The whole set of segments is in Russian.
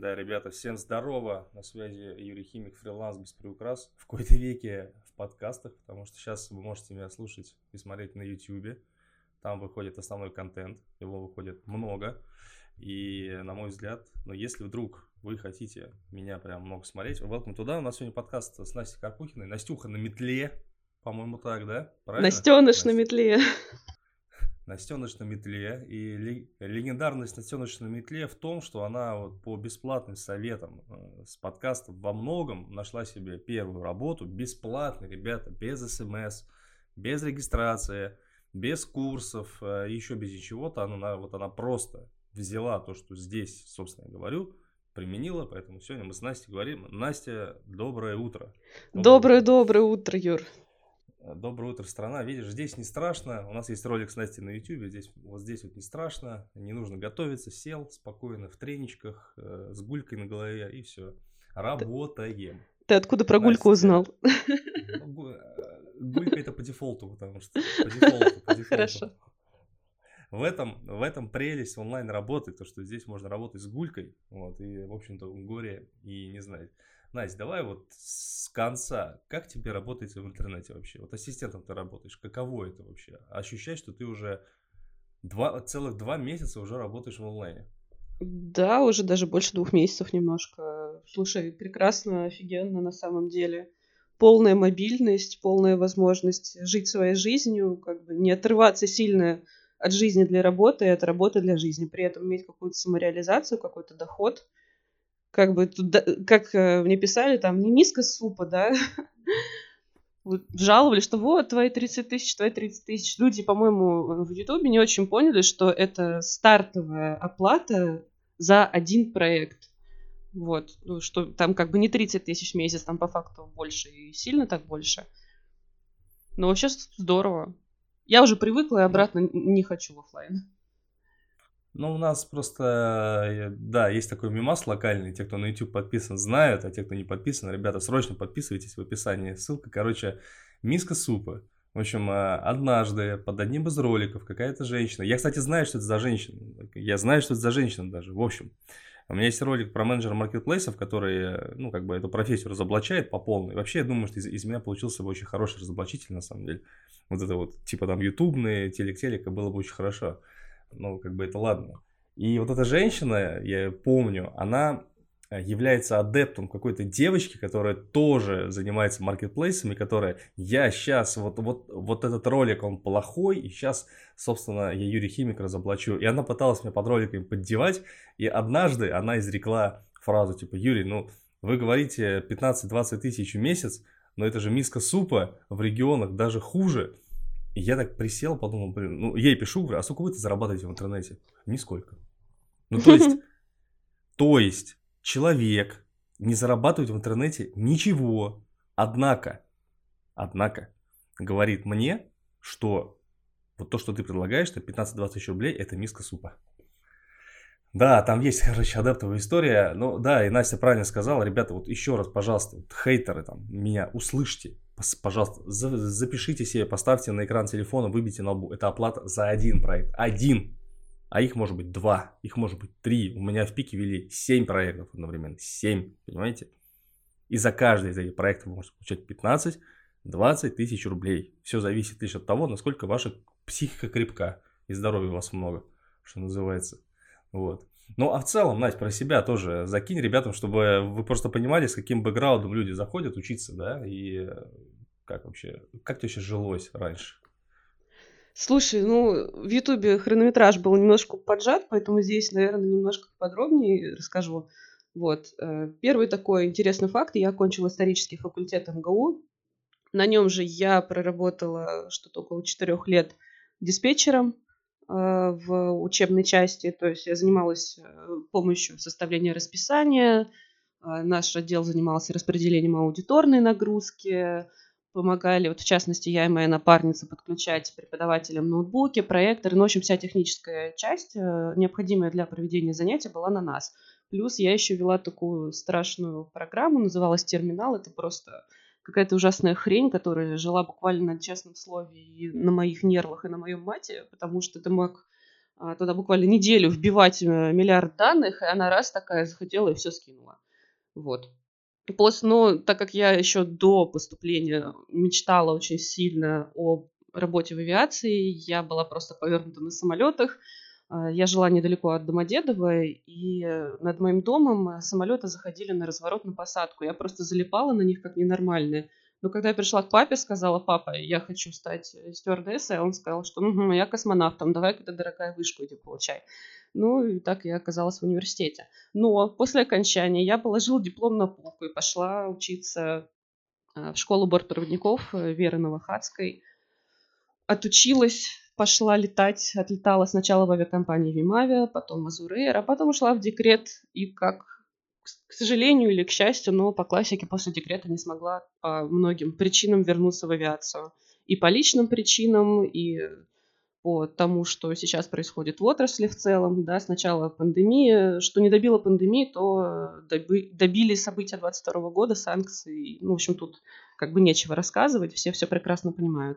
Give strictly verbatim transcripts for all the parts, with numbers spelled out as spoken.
Да, ребята, всем здорово. На связи Юрий Химик, фриланс без приукрас. В кои-то веке в подкастах, потому что сейчас вы можете меня слушать и смотреть на YouTube. Там выходит основной контент, его выходит много. И, на мой взгляд, ну, если вдруг вы хотите меня прям много смотреть, welcome туда. У нас сегодня подкаст с Настей Карпухиной. Настюха на метле, по-моему, так, да? Правильно? Настеныш на метле. Настеныш на метле. И легендарность Настеныш на метле в том, что она вот по бесплатным советам с подкастом во многом нашла себе первую работу. Бесплатно, ребята, без смс, без регистрации, без курсов, еще без ничего-то. Она, вот она просто взяла то, что здесь, собственно, я говорю, применила. Поэтому сегодня мы с Настей говорим. Настя, доброе утро. Доброе-доброе утро, Юр. Доброе утро, страна. Видишь, здесь не страшно. У нас есть ролик с Настей на YouTube. Здесь, вот здесь вот не страшно. Не нужно готовиться. Сел спокойно в треничках, э, с гулькой на голове и все. Работаем. Ты откуда про гульку узнал? Ну, гулька это по дефолту, потому что по дефолту, по дефолту. Хорошо. В этом, в этом прелесть онлайн-работы, то, что здесь можно работать с гулькой, вот, и, в общем-то, горе и не знать. Настя, давай вот с конца. Как тебе работаете в интернете вообще? Вот ассистентом ты работаешь. Каково это вообще? Ощущать, что ты уже два, целых два месяца уже работаешь в онлайне. Да, уже даже больше двух месяцев немножко. Слушай, прекрасно, офигенно на самом деле. Полная мобильность, полная возможность жить своей жизнью, как бы не отрываться сильно от жизни для работы и от работы для жизни. При этом иметь какую-то самореализацию, какой-то доход. Как бы, как мне писали, там, не миска супа, да, вот, жаловали, что вот, твои тридцать тысяч, твои тридцать тысяч. Люди, по-моему, в Ютубе не очень поняли, что это стартовая оплата за один проект. Вот, ну, что там как бы не тридцать тысяч в месяц, там по факту больше, и сильно так больше. Но вообще здорово. Я уже привыкла и обратно не хочу в офлайн. Ну, у нас просто, да, есть такой мемас локальный. Те, кто на YouTube подписан, знают, а те, кто не подписан, ребята, срочно подписывайтесь в описании. Ссылка, короче, миска супа. В общем, однажды под одним из роликов какая-то женщина. Я, кстати, знаю, что это за женщина. Я знаю, что это за женщина даже. В общем, у меня есть ролик про менеджера маркетплейсов, который, ну, как бы эту профессию разоблачает по полной. Вообще, я думаю, что из, из меня получился бы очень хороший разоблачитель, на самом деле. Вот это вот, типа там ютубные, телек-телека было бы очень хорошо. Ну, как бы это ладно. И вот эта женщина, я помню, она является адептом какой-то девочки, которая тоже занимается маркетплейсами, которая, я сейчас, вот, вот, вот этот ролик, он плохой, и сейчас, собственно, я Юрий Химик разоблачу. И она пыталась меня под роликами поддевать, и однажды она изрекла фразу, типа, Юрий, ну, вы говорите пятнадцать-двадцать тысяч в месяц, но это же миска супа в регионах даже хуже. И я так присел, подумал, блин, ну, я ей пишу, говорю, а сколько вы-то зарабатываете в интернете? Нисколько. Ну, то есть, то есть, человек не зарабатывает в интернете ничего, однако, однако, говорит мне, что вот то, что ты предлагаешь, что пятнадцать-двадцать тысяч рублей, это миска супа. Да, там есть, короче, адаптовая история. Ну, да, и Настя правильно сказала, ребята, вот еще раз, пожалуйста, вот, хейтеры там, меня услышьте. Пожалуйста, запишите себе, поставьте на экран телефона, выбейте на лбу. Это оплата за один проект. Один. А их может быть два, их может быть три. У меня в пике вели семь проектов одновременно. Семь, понимаете? И за каждый из этих проектов вы можете получать пятнадцать-двадцать тысяч рублей. Все зависит лишь от того, насколько ваша психика крепка. И здоровья у вас много, что называется. Вот. Ну, а в целом, Надь, про себя тоже закинь ребятам, чтобы вы просто понимали, с каким бэкграундом люди заходят учиться, да, и как вообще, как тебе сейчас жилось раньше? Слушай, ну, в Ютубе хронометраж был немножко поджат, поэтому здесь, наверное, немножко подробнее расскажу. Вот. Первый такой интересный факт. Я окончила исторический факультет эм гэ у. На нем же я проработала что-то около четырех лет диспетчером в учебной части, то есть я занималась помощью в составлении расписания, наш отдел занимался распределением аудиторной нагрузки, помогали, вот в частности, я и моя напарница подключать преподавателям ноутбуки, проекторы, ну, в общем, вся техническая часть, необходимая для проведения занятий, была на нас. Плюс я еще вела такую страшную программу, называлась «Терминал», это просто какая-то ужасная хрень, которая жила буквально на честном слове и на моих нервах, и на моем мате, потому что ты мог а, туда буквально неделю вбивать э, миллиард данных, и она раз такая захотела и все скинула. Вот. И Пос, но так как я еще до поступления мечтала очень сильно о работе в авиации, я была просто повернута на самолетах. А, Я жила недалеко от Домодедово, и э, над моим домом э, самолеты заходили на разворот, на посадку. Я просто залипала на них как ненормальная. Но когда я пришла к папе, сказала: папа, я хочу стать э, стюардессой, он сказал, что «Мгм, я космонавтом, давай-ка ты, дорогая, вышку иди получай». Ну, и так я оказалась в университете. Но после окончания я положила диплом на полку и пошла учиться а, в школу бортпроводников э, Веры Новохадской. Отучилась, пошла летать, отлетала сначала в авиакомпании Вимавиа, потом Азуреер, а потом ушла в декрет. И как, к сожалению или к счастью, но по классике после декрета не смогла по многим причинам вернуться в авиацию. И по личным причинам, и по тому, что сейчас происходит в отрасли в целом. Да, сначала пандемия. Что не добила пандемии, то доби- добили события двадцать второго года, санкции. Ну, в общем, тут как бы нечего рассказывать, все все прекрасно понимают.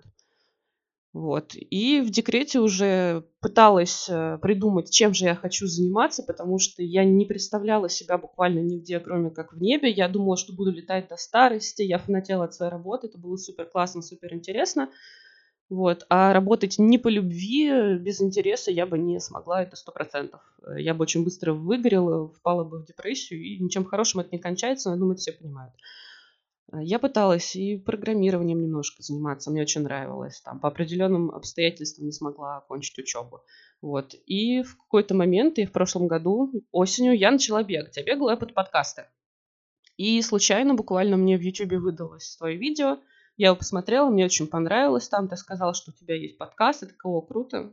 Вот. И в декрете уже пыталась э, придумать, чем же я хочу заниматься, потому что я не представляла себя буквально нигде, кроме как в небе. Я думала, что буду летать до старости. Я фанатела от своей работы. Это было супер классно, супер интересно. Вот. А работать не по любви, э, без интереса я бы не смогла, это сто процентов. Э, Я бы очень быстро выгорела, впала бы в депрессию, и ничем хорошим это не кончается, но я думаю, это все понимают. А, Я пыталась и программированием немножко заниматься, мне очень нравилось. Там по определенным обстоятельствам не смогла окончить учебу. Вот. И в какой-то момент, и в прошлом году, осенью, я начала бегать. Я бегала я под подкасты. И случайно буквально мне в Ютубе выдалось твое видео. Я его посмотрела, мне очень понравилось. Там ты сказал, что у тебя есть подкаст. Я такая: о, круто.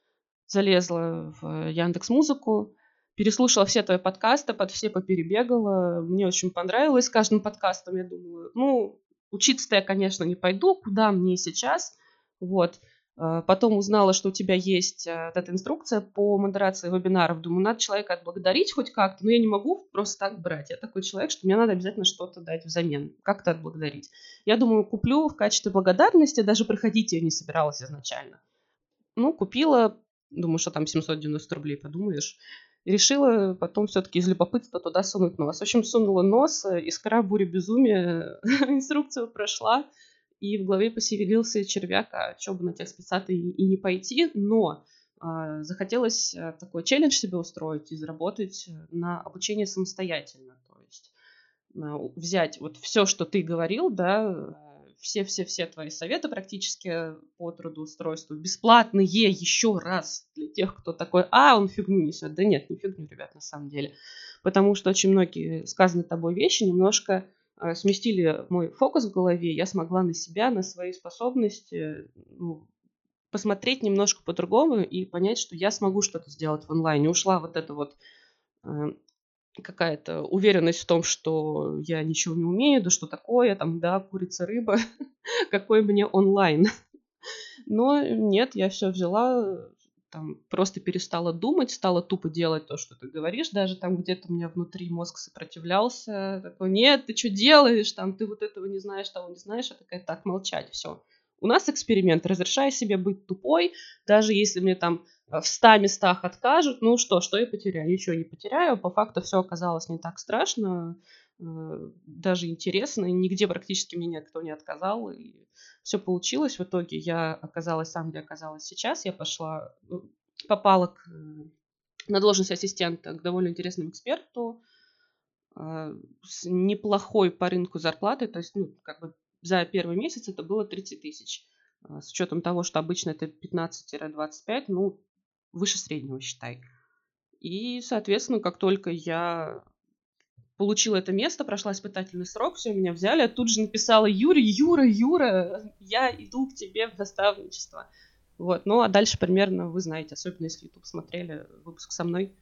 Залезла в Яндекс Музыку, переслушала все твои подкасты, под все поперебегала. Мне очень понравилось с каждым подкастом. Я думаю, ну, учиться-то я, конечно, не пойду. Куда мне сейчас? Вот. А, Потом узнала, что у тебя есть а, вот эта инструкция по модерации вебинаров. Думаю, надо человека отблагодарить хоть как-то, но я не могу просто так брать. Я такой человек, что мне надо обязательно что-то дать взамен. Как-то отблагодарить. Я думаю, куплю в качестве благодарности, даже проходить ее не собиралась изначально. Ну, купила, думаю, что там семьсот девяносто рублей, подумаешь. И решила потом все-таки из любопытства туда сунуть нос. В общем, сунула нос, э, искра, буря, безумие, инструкцию прошла, и в голове поселился червяк, а что бы на тех спеца-то и, и не пойти, но а, захотелось а, такой челлендж себе устроить и заработать э, на обучение самостоятельно. То есть а, у- взять вот все, что ты говорил, да, все-все-все твои советы практически по трудоустройству бесплатные еще раз для тех, кто такой: а, он фигню несет. Да нет, не фигню, ребят, на самом деле. Потому что очень многие сказанные тобой вещи немножко э, сместили мой фокус в голове. Я смогла на себя, на свои способности, ну, посмотреть немножко по-другому и понять, что я смогу что-то сделать в онлайне. Ушла вот эта вот э, какая-то уверенность в том, что я ничего не умею, да что такое, там, да, курица, рыба, какой мне онлайн. Но нет, я все взяла, там, просто перестала думать, стала тупо делать то, что ты говоришь, даже там где-то у меня внутри мозг сопротивлялся, такой: нет, ты что делаешь, там, ты вот этого не знаешь, того не знаешь, я такая: так, молчать, все. У нас эксперимент, разрешай себе быть тупой, даже если мне там э, в ста местах откажут, ну что, что я потеряю? Ничего не потеряю, по факту все оказалось не так страшно, э, даже интересно, и нигде практически мне никто не отказал, и все получилось. В итоге я оказалась там, где оказалась сейчас. Я пошла, ну, попала к, э, на должность ассистента к довольно интересному эксперту а, с неплохой по рынку зарплатой. То есть, ну, как бы за первый месяц это было тридцать тысяч. А, С учетом того, что обычно это пятнадцать-двадцать пять, ну, выше среднего, считай. И, соответственно, как только я получила это место, прошла испытательный срок, все, меня взяли. Я тут же написала: Юра, Юра, Юра, я иду к тебе в наставничество. Вот, ну а дальше примерно вы знаете, особенно если YouTube смотрели выпуск со мной.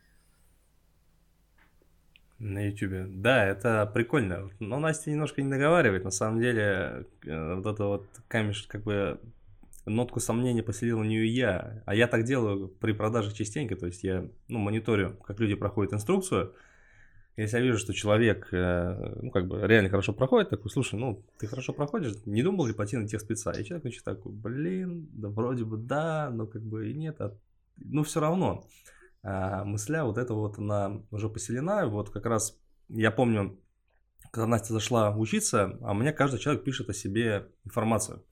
На Ютубе. Да, это прикольно. Но Настя немножко не договаривает. На самом деле, э, вот это вот камешек, как бы нотку сомнения поселил в нее я. А я так делаю при продаже частенько. То есть я, ну, мониторю, как люди проходят инструкцию. Если я вижу, что человек, э, ну, как бы реально хорошо проходит, такой: слушай, ну, ты хорошо проходишь, не думал ли пойти на тех спеца? И человек, значит, такой: блин, да вроде бы да, но как бы и нет. А ну, все равно. А, мысля вот эта вот, она уже поселена. Вот как раз я помню, когда Настя зашла учиться, а у меня каждый человек пишет о себе информацию.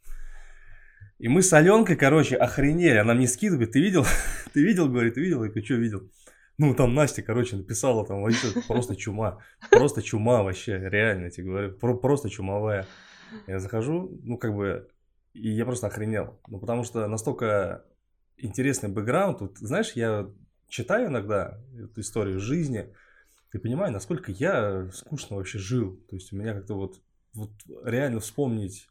И мы с Аленкой, короче, охренели. Она мне скидывает, ты видел? Ты видел, говорит, ты видел? Я говорю, что видел? Ну, там Настя, короче, написала, там, вообще, просто чума. Просто чума вообще, реально, я тебе говорю. Про- просто чумовая. Я захожу, ну, как бы, и я просто охренел. Ну, потому что настолько интересный бэкграунд. Вот, знаешь, я читаю иногда эту историю жизни, и понимаю, насколько я скучно вообще жил. То есть у меня как-то вот, вот реально вспомнить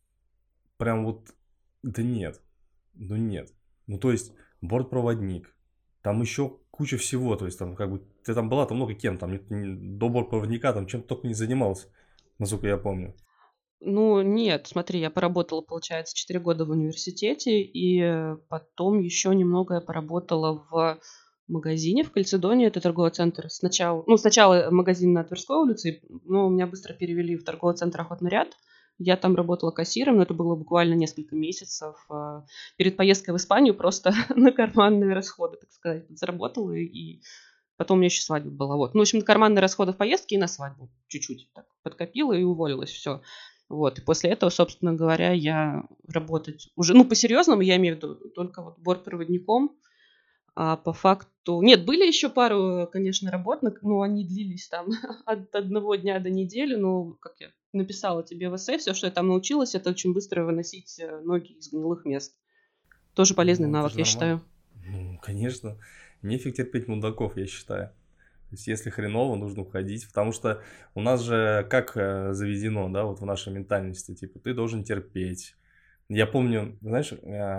прям вот, да нет, ну нет. Ну то есть бортпроводник, там еще куча всего, то есть там как бы, ты там была, там много кем, там не- не- до бортпроводника там чем только не занимался, насколько я помню. Ну, нет, смотри, я поработала, получается, четыре года в университете, и э, потом еще немного я поработала в магазине в Кальцедоне, это торговый центр. Сначала, ну, сначала магазин на Тверской улице, но меня быстро перевели в торговый центр «Охотный ряд». Я там работала кассиром, но это было буквально несколько месяцев. а, Перед поездкой в Испанию просто на карманные расходы, так сказать, заработала, и потом у меня еще свадьба была. Вот. Ну, в общем, на карманные расходы в поездке и на свадьбу чуть-чуть так подкопила и уволилась, все. Вот. И после этого, собственно говоря, я работать уже, ну, по-серьезному, я имею в виду, только вот бортпроводником, а по факту... Нет, были еще пару, конечно, работ, но но они длились там от одного дня до недели, но, как я написала тебе в эссе, все, что я там научилась, это очень быстро выносить э, ноги из гнилых мест. Тоже полезный Ну, это навык, же я нормально. считаю. Ну, конечно, нефиг терпеть мудаков, я считаю. То есть, если хреново, нужно уходить, потому что у нас же как э, заведено, да, вот в нашей ментальности, типа, ты должен терпеть. Я помню, знаешь,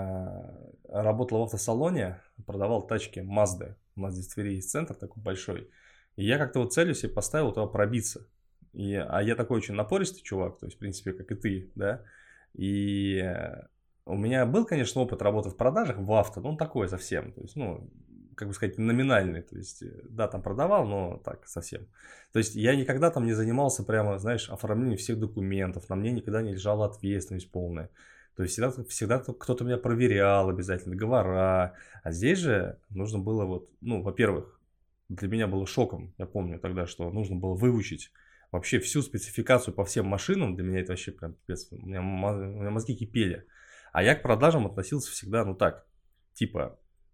э, работал в автосалоне, продавал тачки Mazda. У нас здесь в Твери есть центр такой большой. И я как-то вот целью себе поставил туда пробиться. И, а я такой очень напористый чувак, то есть, в принципе, как и ты, да. И э, у меня был, конечно, опыт работы в продажах в авто, но он такой совсем. То есть, ну, как бы сказать, номинальный. То есть, э, да, там продавал, но так, совсем. То есть, я никогда там не занимался прямо, знаешь, оформлением всех документов. На мне никогда не лежала ответственность полная. То есть, всегда, всегда кто-то меня проверял обязательно, договора. А здесь же нужно было вот, ну, во-первых, для меня было шоком, я помню тогда, что нужно было выучить вообще всю спецификацию по всем машинам. Для меня это вообще прям пипец. У меня, мо- у меня мозги кипели. А я к продажам относился всегда, ну так, типа,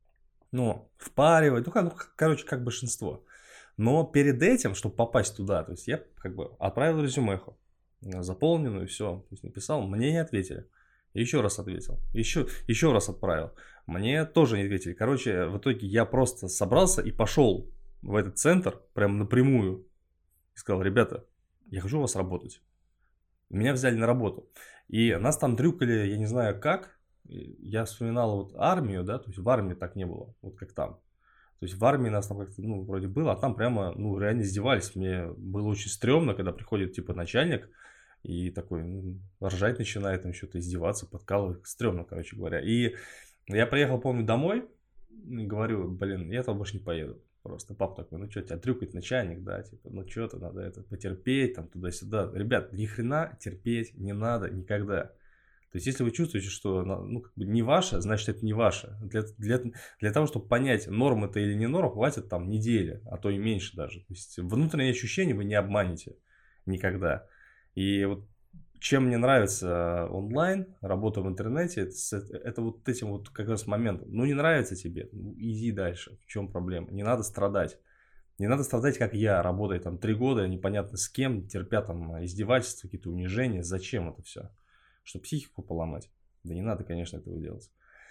ну, впаривать, ну, как- ну, к- короче, как большинство. Но перед этим, чтобы попасть туда, то есть я как бы отправил резюмеху, э, заполненную, все, то есть написал, мне не ответили. Еще раз ответил, еще, еще раз отправил. Мне тоже не ответили. Короче, в итоге я просто собрался и пошел в этот центр, прям напрямую, и сказал, ребята, я хочу у вас работать. Меня взяли на работу. И нас там дрюкали, я не знаю как. И я вспоминал вот армию, да, то есть в армии так не было, вот как там. То есть в армии нас там как-то, ну, вроде было, а там прямо, ну, реально издевались. Мне было очень стрёмно, когда приходит, типа, начальник и такой, ну, ржать начинает, там что-то издеваться, подкалывать. Стрёмно, короче говоря. И я приехал, помню, домой, и говорю, блин, я туда больше не поеду. Просто папа такой, ну что, тебя трюкает начальник, да, типа, ну что-то надо это потерпеть, там, туда-сюда. Ребят, ни хрена терпеть не надо никогда. То есть, если вы чувствуете, что ну, как бы не ваше, значит, это не ваше. Для, для, для того, чтобы понять, норм это или не норм, хватит там недели, а то и меньше даже. То есть, внутренние ощущения вы не обманете никогда. И вот чем мне нравится онлайн, работа в интернете, это, с- это вот этим вот как раз моментом. Ну, не нравится тебе, ну, иди дальше. В чем проблема? Не надо страдать. Не надо страдать, как я, работая там три года, непонятно с кем, терпя там издевательства, какие-то унижения. Зачем это все? Чтобы психику поломать. Да не надо, конечно, этого делать.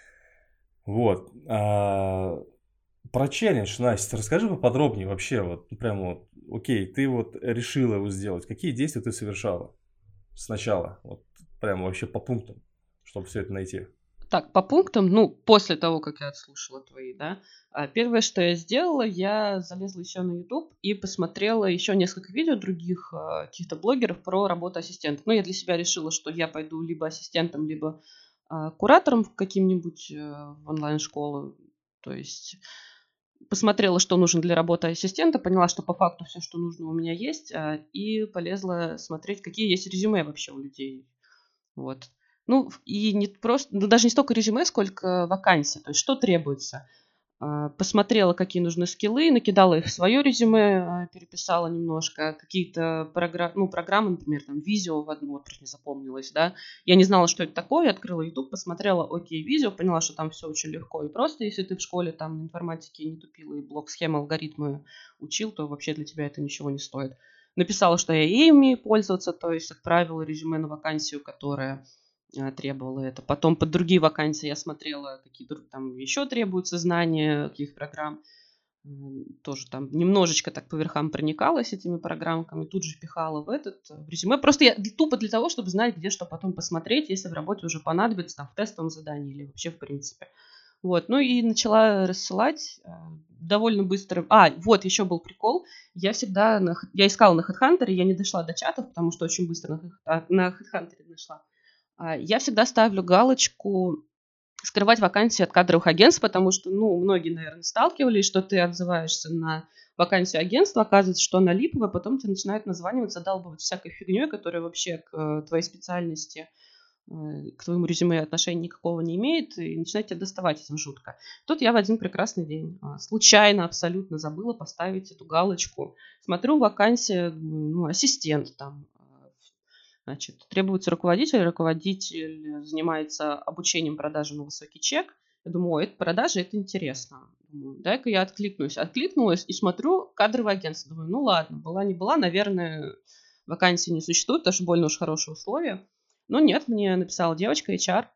Вот. А, про челлендж, Настя, расскажи поподробнее вообще. Вот, ну, прям вот, окей, ты вот решила его сделать. Какие действия ты совершала сначала? Вот прям вообще по пунктам, чтобы все это найти. Так, по пунктам, ну, после того, как я отслушала твои, да, а, первое, что я сделала, я залезла еще на YouTube и посмотрела еще несколько видео других а, каких-то блогеров про работу ассистента. Ну, я для себя решила, что я пойду либо ассистентом, либо а, куратором в каким-нибудь э, в онлайн-школу. То есть посмотрела, что нужно для работы ассистента, поняла, что по факту все, что нужно, у меня есть, а, и полезла смотреть, какие есть резюме вообще у людей. Вот. Ну, и не просто, ну, даже не столько резюме, сколько вакансий, то есть что требуется. посмотрела, какие нужны скиллы, накидала их в свое резюме, переписала немножко какие-то программы, ну, программы, например, там, Visio в одну, вот, не запомнилась, да. Я не знала, что это такое, открыла YouTube, посмотрела, окей, Visio, поняла, что там все очень легко и просто. Если ты в школе там информатики не тупила и блок-схемы, алгоритмы учил, то вообще для тебя это ничего не стоит. Написала, что я ей умею пользоваться, то есть отправила резюме на вакансию, которая требовала это. Потом под другие вакансии я смотрела, какие там еще требуются знания, каких программ. Тоже там немножечко так по верхам проникалась этими программками, тут же пихала в этот в резюме. Просто я тупо для того, чтобы знать, где что потом посмотреть, если в работе уже понадобится, там, в тестовом задании или вообще в принципе. Вот, ну и начала рассылать довольно быстро. А, вот еще был прикол. Я всегда, на, я искала на HeadHunter, я не дошла до чатов, потому что очень быстро на, на HeadHunter нашла. Я всегда ставлю галочку скрывать вакансии от кадровых агентств, потому что, ну, многие, наверное, сталкивались, что ты отзываешься на вакансию агентства, оказывается, что она липовая, потом тебе начинают названивать, задалбывать всякой фигней, которая вообще к твоей специальности, к твоему резюме отношения никакого не имеет, и начинает тебя доставать этим жутко. Тут я в один прекрасный день случайно абсолютно забыла поставить эту галочку. Смотрю, вакансия, ну, ассистент там. Значит, требуется руководитель, руководитель занимается обучением продажи на высокий чек. Я думаю, ой, это продажи, это интересно. Думаю, дай-ка я откликнусь. Откликнулась и смотрю, кадровое агентство. Думаю, ну ладно, была не была, наверное, вакансии не существует, потому что больно уж хорошие условия. Но нет, мне написала девочка, эйч ар.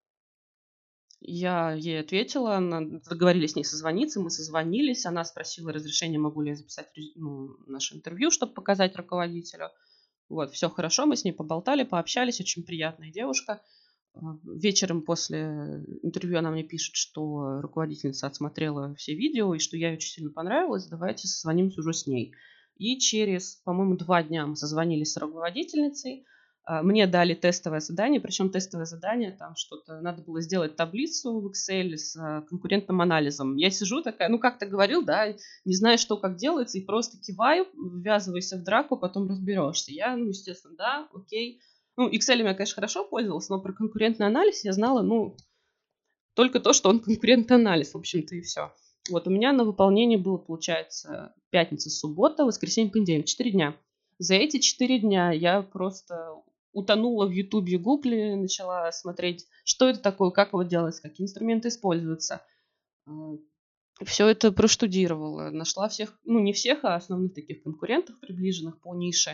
Я ей ответила, она, договорились с ней созвониться, мы созвонились. Она спросила разрешение, могу ли я записать, ну, наше интервью, чтобы показать руководителю. Вот, все хорошо, мы с ней поболтали, пообщались, очень приятная девушка. Вечером после интервью она мне пишет, что руководительница отсмотрела все видео и что я ей очень сильно понравилась, давайте созвонимся уже с ней. И через, по-моему, два дня мы созвонились с руководительницей, мне дали тестовое задание, причем тестовое задание, там что-то, надо было сделать таблицу в Excel с конкурентным анализом. Я сижу такая, ну как ты говорил, да, не знаю, что как делается, и просто киваю, ввязывайся в драку, потом разберешься. Я, ну, естественно, да, окей. Ну, Excel я, конечно, хорошо пользовалась, но про конкурентный анализ я знала, ну, только то, что он конкурентный анализ, в общем-то, и все. Вот у меня на выполнение было, получается, пятница, суббота, воскресенье, понедельник, четыре дня. За эти четыре дня я просто утонула в Ютубе, Гугле, начала смотреть, что это такое, как его делать, какие инструменты используются. Все это проштудировала, нашла всех, ну не всех, а основных таких конкурентов, приближенных по нише.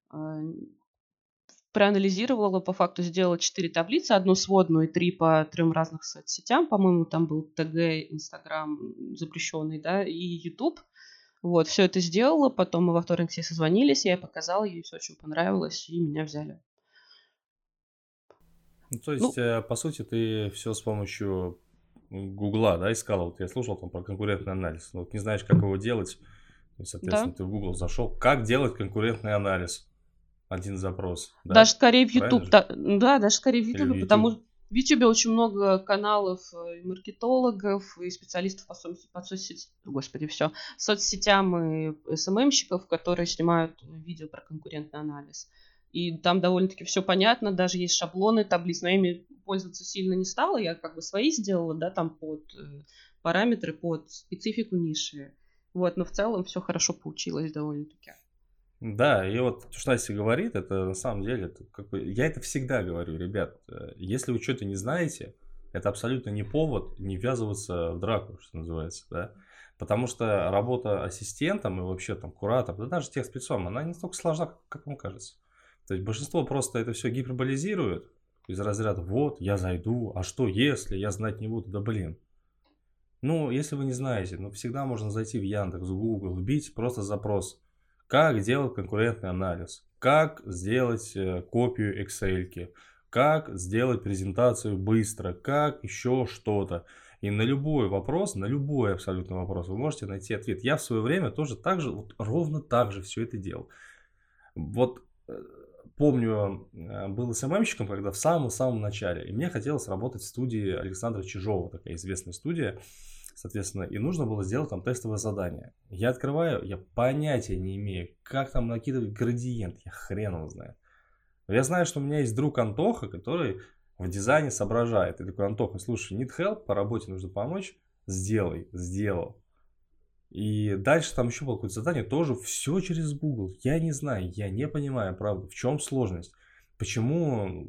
Проанализировала, по факту сделала четыре таблицы, одну сводную и три по трем разных соцсетям. По-моему, там был ТГ, Инстаграм запрещенный, да, и Ютуб. Вот, все это сделала, потом мы во вторник все созвонились, я ей показала, ей все очень понравилось, и меня взяли. Ну, то есть, ну, по сути, ты все с помощью Гугла, да, искала? Вот я слушал там про конкурентный анализ. Но вот не знаешь, как его делать. И, соответственно, да. Ты в Google зашел. Как делать конкурентный анализ? Один запрос. Да? Даже скорее в YouTube. Да, да, даже скорее в YouTube, в потому что в YouTube очень много каналов и маркетологов, и специалистов по, со- по соцсетям, господи, все, соцсетям и эс эм эм-щиков, которые снимают видео про конкурентный анализ. И там довольно-таки все понятно, даже есть шаблоны, таблицы, но я ими пользоваться сильно не стала, я как бы свои сделала, да, там под э, параметры, под специфику ниши. Вот, но в целом все хорошо получилось довольно-таки. Да, и вот то, что Настя говорит, это на самом деле, это как бы, я это всегда говорю, ребят, если вы что-то не знаете, это абсолютно не повод не ввязываться в драку, что называется, да, потому что работа ассистентом и вообще там куратором, да даже техспецом, она не настолько сложна, как вам кажется. То есть большинство просто это все гиперболизирует из разряда, вот, я зайду, а что если, я знать не буду, да блин. Ну, если вы не знаете, ну всегда можно зайти в Яндекс, в Google, вбить просто запрос. Как делать конкурентный анализ, как сделать э, копию Excel, как сделать презентацию быстро, как еще что-то. И на любой вопрос, на любой абсолютно вопрос вы можете найти ответ. Я в свое время тоже так же, вот ровно так же все это делал. Вот э, помню, э, был эс эм эм-щиком, когда в самом-самом начале. И мне хотелось работать в студии Александра Чижова, такая известная студия. Соответственно, и нужно было сделать там тестовое задание. Я открываю, я понятия не имею, как там накидывать градиент, я хрен его знаю. Но я знаю, что у меня есть друг Антоха, который в дизайне соображает. И такой, Антоха, слушай, need help, по работе нужно помочь. Сделай, сделал. И дальше там еще было какое-то задание, тоже все через Google. Я не знаю, я не понимаю, правда, в чем сложность. Почему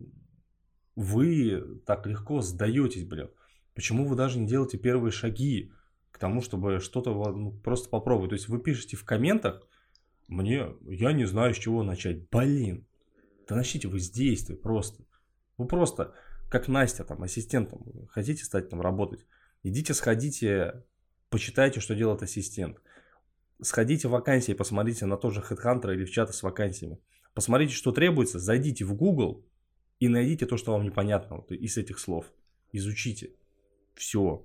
вы так легко сдаетесь, блин? Почему вы даже не делаете первые шаги к тому, чтобы что-то вот, ну, просто попробовать? То есть вы пишете в комментах, мне, я не знаю, с чего начать. Блин, да начните вы с действий просто. Вы просто, как Настя, там, ассистентом, хотите стать там работать, идите, сходите, почитайте, что делает ассистент. Сходите в вакансии, посмотрите на тот же HeadHunter или в чаты с вакансиями. Посмотрите, что требуется, зайдите в Google и найдите то, что вам непонятно вот, из этих слов. Изучите. Все.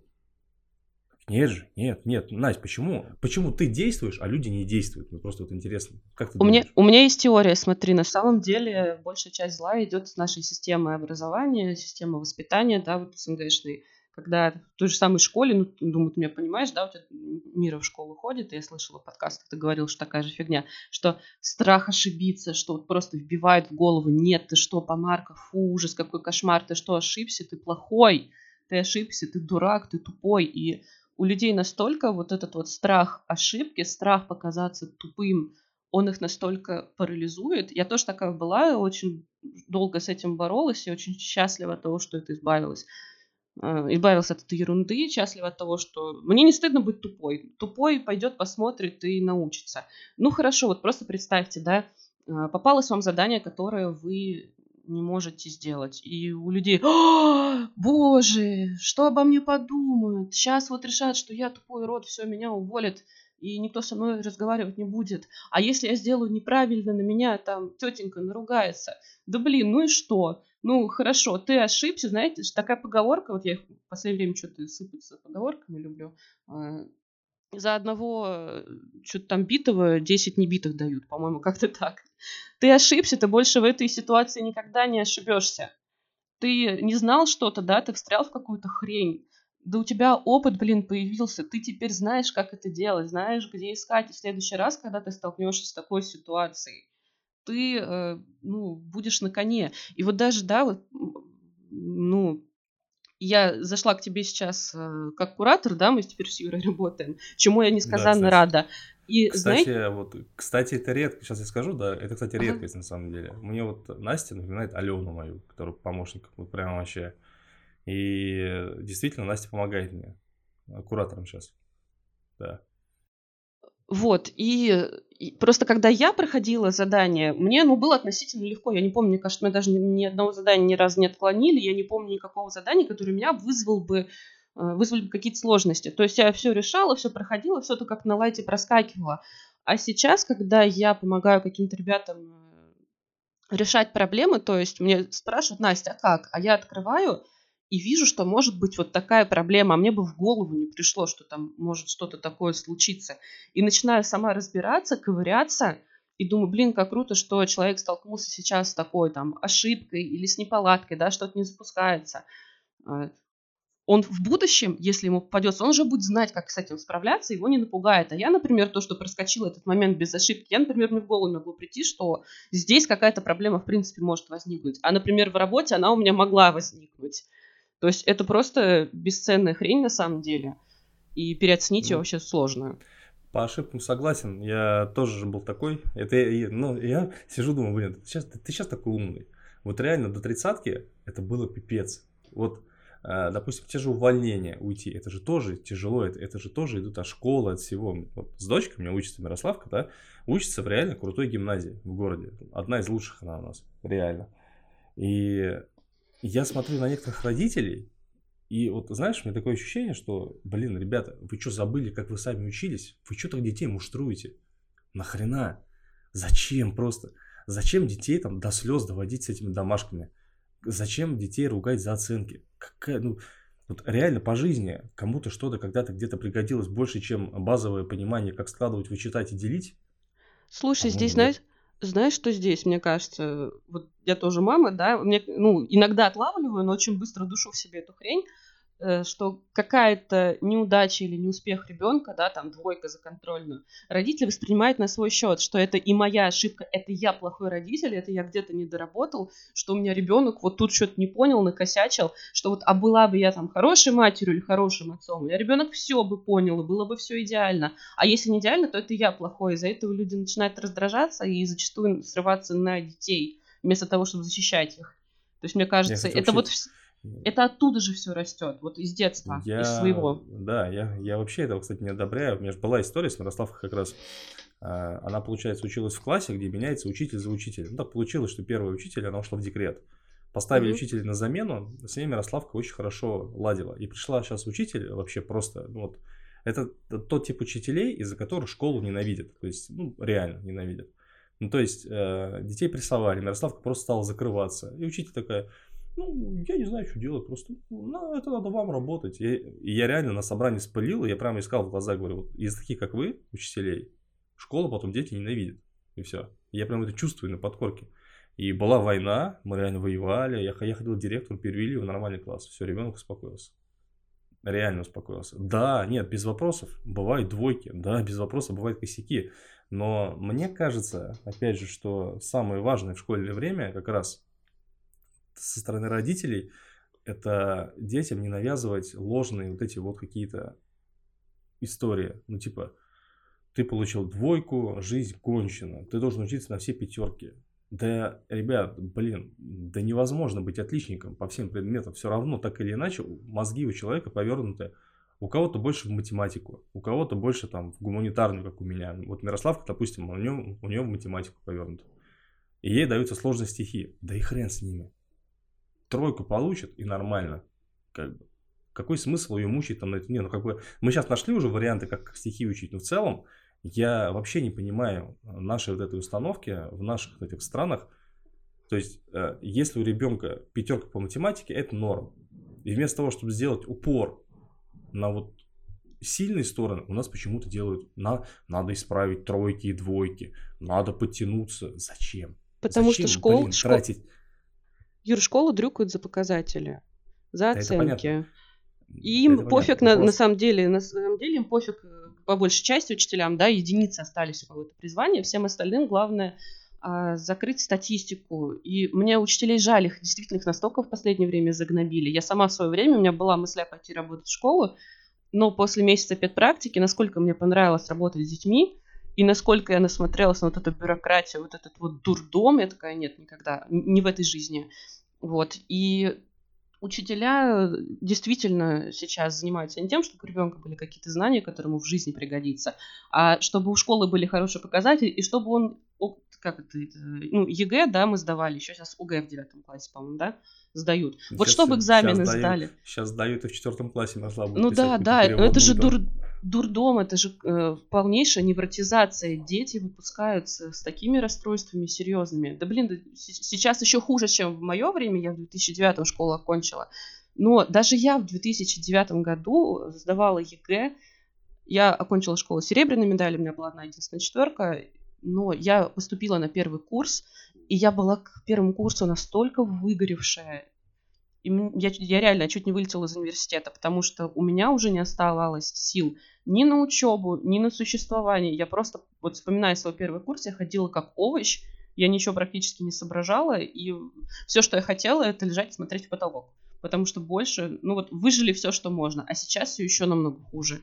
Нет же, нет, нет. Настя, почему? Почему ты действуешь, а люди не действуют? Мне просто вот интересно. Как ты У меня, думаешь? у меня есть теория, смотри, на самом деле большая часть зла идет с нашей системы образования, системы воспитания, да, вот СНГшной. Когда в той же самой школе, ну, думаю, ты меня понимаешь, да, у тебя Мира в школу ходит, и я слышала подкаст, как ты говорил, что такая же фигня, что страх ошибиться, что вот просто вбивают в голову, нет, ты что, помарка, фу, ужас, какой кошмар, ты что, ошибся, ты плохой, ты ошибся, ты дурак, ты тупой, и у людей настолько вот этот вот страх ошибки, страх показаться тупым, он их настолько парализует. Я тоже такая была, очень долго с этим боролась и очень счастлива от того, что это избавилась. Э, избавилась от этой ерунды, счастлива от того, что мне не стыдно быть тупой. Тупой пойдет, посмотрит и научится. Ну хорошо, вот просто представьте, да, э, попалось вам задание, которое вы не можете сделать. И у людей: «О, боже, что обо мне подумают? Сейчас вот решат, что я тупой урод, все, меня уволят, и никто со мной разговаривать не будет. А если я сделаю неправильно, на меня там тетенька наругается. Да блин, ну и что? Ну, хорошо, ты ошибся, знаете, ж такая поговорка, вот я их в последнее время что-то сыпаться поговорками люблю. а, За одного что-то там битого десять небитых дают, по-моему, как-то так. Ты ошибся, ты больше в этой ситуации никогда не ошибешься. Ты не знал что-то, да, ты встрял в какую-то хрень. Да у тебя опыт, блин, появился. Ты теперь знаешь, как это делать, знаешь, где искать. И в следующий раз, когда ты столкнешься с такой ситуацией, ты, э, ну, будешь на коне. И вот даже, да, вот, м, ну, я зашла к тебе сейчас э, как куратор, да, мы теперь с Юрой работаем, чему я Да, несказанно кстати. рада. И знаете, Кстати, вот, кстати, это редко, сейчас я скажу, да, это, кстати, ага, редкость на самом деле. Мне вот Настя напоминает Алену мою, которая помощник, вот прям вообще. И действительно, Настя помогает мне, э, куратором сейчас, да. вот, и, и просто когда я проходила задание, мне, ну, было относительно легко. Я не помню, мне кажется, мы даже ни, ни одного задания ни разу не отклонили. Я не помню никакого задания, которое меня вызвал бы, э, вызвали бы какие-то сложности. То есть я все решала, все проходила, все это как на лайте проскакивало. А сейчас, когда я помогаю каким-то ребятам э, решать проблемы, то есть мне спрашивают: Настя, а как? А я открываю и вижу, что может быть вот такая проблема, а мне бы в голову не пришло, что там может что-то такое случиться. И начинаю сама разбираться, ковыряться, и думаю, блин, как круто, что человек столкнулся сейчас с такой там ошибкой или с неполадкой, да, что-то не запускается. А, Он в будущем, если ему попадется, он уже будет знать, как с этим справляться, его не напугает. А я, например, то, что проскочил этот момент без ошибки, я, например, мне в голову могло прийти, что здесь какая-то проблема в принципе может возникнуть. А, например, в работе она у меня могла возникнуть. То есть это просто бесценная хрень на самом деле. И переоценить ее Ну, вообще сложно. по ошибкам согласен, я тоже же был такой. Это, я- ну, я сижу, думаю, блин, ты сейчас, ты сейчас такой умный. Вот реально до тридцатки это было пипец. Вот, э, допустим, те же увольнения уйти, это же тоже тяжело, это, это же тоже идут от школы, от всего. Вот с дочкой, у меня учится Мирославка, да, учится в реально крутой гимназии в городе. Одна из лучших она у нас, реально. И я смотрю на некоторых родителей, и вот, знаешь, у меня такое ощущение, что, блин, ребята, вы что, забыли, как вы сами учились? Вы что так детей муштруете? Нахрена? Зачем просто? Зачем детей там до слез доводить с этими домашками? Зачем детей ругать за оценки? Какая, ну, вот реально по жизни кому-то что-то когда-то где-то пригодилось больше, чем базовое понимание, как складывать, вычитать и делить? Слушай, По-моему, здесь, знаешь, нет. знаешь, что здесь, мне кажется, вот я тоже мама, да, мне, ну, иногда отлавливаю, но очень быстро душу в себе эту хрень. э, что какая-то неудача или неуспех ребенка, да, там двойка за контрольную, родители воспринимают на свой счет, что это и моя ошибка, это я плохой родитель, это я где-то не доработал, что у меня ребенок вот тут что-то не понял, накосячил, что вот, а была бы я там хорошей матерью или хорошим отцом, у меня ребенок все бы понял, и было бы все идеально. А если не идеально, то это я плохой. Из-за этого люди начинают раздражаться и зачастую срываться на детей, вместо того, чтобы защищать их. То есть, мне Я, кажется, кстати, это вообще... вот это оттуда же все растет, вот из детства, из Я, своего. да, я, я вообще этого, кстати, не одобряю. У меня же была история с Мирославкой как раз. а, Она, получается, училась в классе, где меняется учитель за учителем. Ну, так получилось, что первый учитель, она ушла в декрет. Поставили Мгм. учителя на замену, с ней Мирославка очень хорошо ладила. И пришла сейчас учитель вообще просто, ну вот, это тот тип учителей, из-за которых школу ненавидят. То есть, ну, реально ненавидят. Ну, то есть, э, детей прессовали, Мирославка просто стала закрываться. И учитель такая, ну, я не знаю, что делать, просто, ну, это надо вам работать. И, и я реально на собрании спылил, и я прямо искал в глаза, говорю, вот из таких, как вы, учителей, школу потом дети ненавидят. И все. Я прям это чувствую на подкорке. И была война, мы реально воевали, я, я ходил к директору, перевели его в нормальный класс. Все, ребенок успокоился. Реально успокоился. Да, нет, без вопросов. Бывают двойки, да, без вопросов бывают косяки. Но мне кажется, опять же, что самое важное в школьное время как раз со стороны родителей это детям не навязывать ложные вот эти вот какие-то истории. Ну, типа, ты получил двойку, жизнь кончена, ты должен учиться на все пятерки. Да, ребят, блин, да невозможно быть отличником по всем предметам. Все равно, так или иначе, мозги у человека повернуты. У кого-то больше в математику, у кого-то больше там в гуманитарную, как у меня. Вот Мирославка, допустим, у нее, у нее в математику повернута. И ей даются сложные стихи. Да и хрен с ними. Тройку получит и нормально. Как бы. Какой смысл ее мучить там на это? Не, ну как бы мы сейчас нашли уже варианты, как стихи учить, но в целом я вообще не понимаю нашей вот этой установки в наших этих странах. То есть, э, если у ребенка пятерка по математике, это норм. И вместо того, чтобы сделать упор на вот сильные стороны, у нас почему-то делают, на, надо исправить тройки и двойки, надо подтянуться. Зачем? Потому что Зачем, школ, блин, школ, тратить? Юр, школу дрюкают за показатели, за Да это понятно. оценки. И Да это им понятно. пофиг на, на Вопрос. самом деле, на самом деле им пофиг э, по большей части учителям, да, единицы остались у кого-то призвания, всем остальным главное а, закрыть статистику. И мне учителей жаль, их действительно их настолько в последнее время загнобили. Я сама в свое время, у меня была мысля пойти работать в школу, но после месяца педпрактики, насколько мне понравилось работать с детьми, и насколько я насмотрелась на вот эту бюрократию, вот этот вот дурдом, я такая, нет, никогда, н- не в этой жизни. Вот, и учителя действительно сейчас занимаются не тем, чтобы у ребенка были какие-то знания, которые ему в жизни пригодятся, а чтобы у школы были хорошие показатели, и чтобы он, о, как это, это, ну, ЕГЭ, да, мы сдавали, еще сейчас ОГЭ в девятом классе, по-моему, да, сдают. Вот Сейчас, чтобы экзамены сейчас, дают, сдали. сейчас дают и в четвертом классе нашла будет Ну писать да, какую-то да, но это же переводную там. дур, дурдом, это же э, полнейшая невротизация. Дети выпускаются с такими расстройствами серьезными. Да блин, да, с- сейчас еще хуже, чем в мое время. Я в две тысячи девятом школу окончила. Но даже я в две тысячи девятом году сдавала ЕГЭ. Я окончила школу с серебряной медалью, у меня была одна единственная четверка. Но я поступила на первый курс, и я была к первому курсу настолько выгоревшая. И м- я, чуть- я реально чуть не вылетела из университета, потому что у меня уже не оставалось сил ни на учебу, ни на существование. Я просто, вот вспоминая свой первый курс, я ходила как овощ, я ничего практически не соображала, и все, что я хотела, это лежать и смотреть в потолок. Потому что больше, ну вот, выжили все, что можно, а сейчас все еще намного хуже.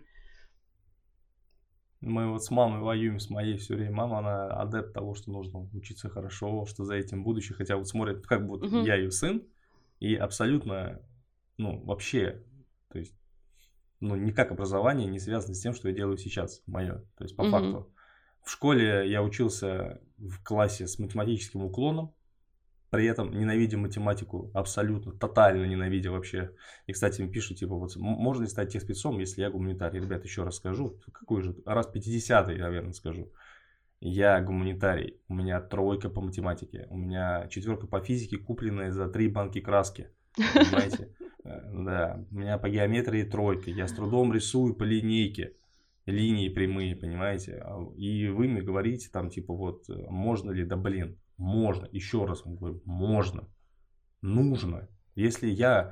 Мы вот с мамой воюем, с моей все время. Мама, она адепт того, что нужно учиться хорошо, что за этим будущее. Хотя вот смотрит, как будто Мгм. я ее сын, и абсолютно, ну, вообще, то есть, ну, никак образование не связано с тем, что я делаю сейчас, мое. То есть, по Мгм. факту. В школе я учился в классе с математическим уклоном, при этом ненавидя математику, абсолютно, тотально ненавидя вообще. И, кстати, им пишут, типа, вот, м- можно ли стать техспецом, если я гуманитарий? Ребят, еще раз скажу, какой же, раз пятидесятый, наверное, скажу. Я гуманитарий, у меня тройка по математике, у меня четверка по физике, купленная за три банки краски, понимаете? Э, Да, у меня по геометрии тройка, я с трудом рисую по линейке, линии прямые, понимаете? А, И вы мне говорите там, типа, вот, э, можно ли, да блин, можно, еще раз вам говорю, можно, нужно. Если я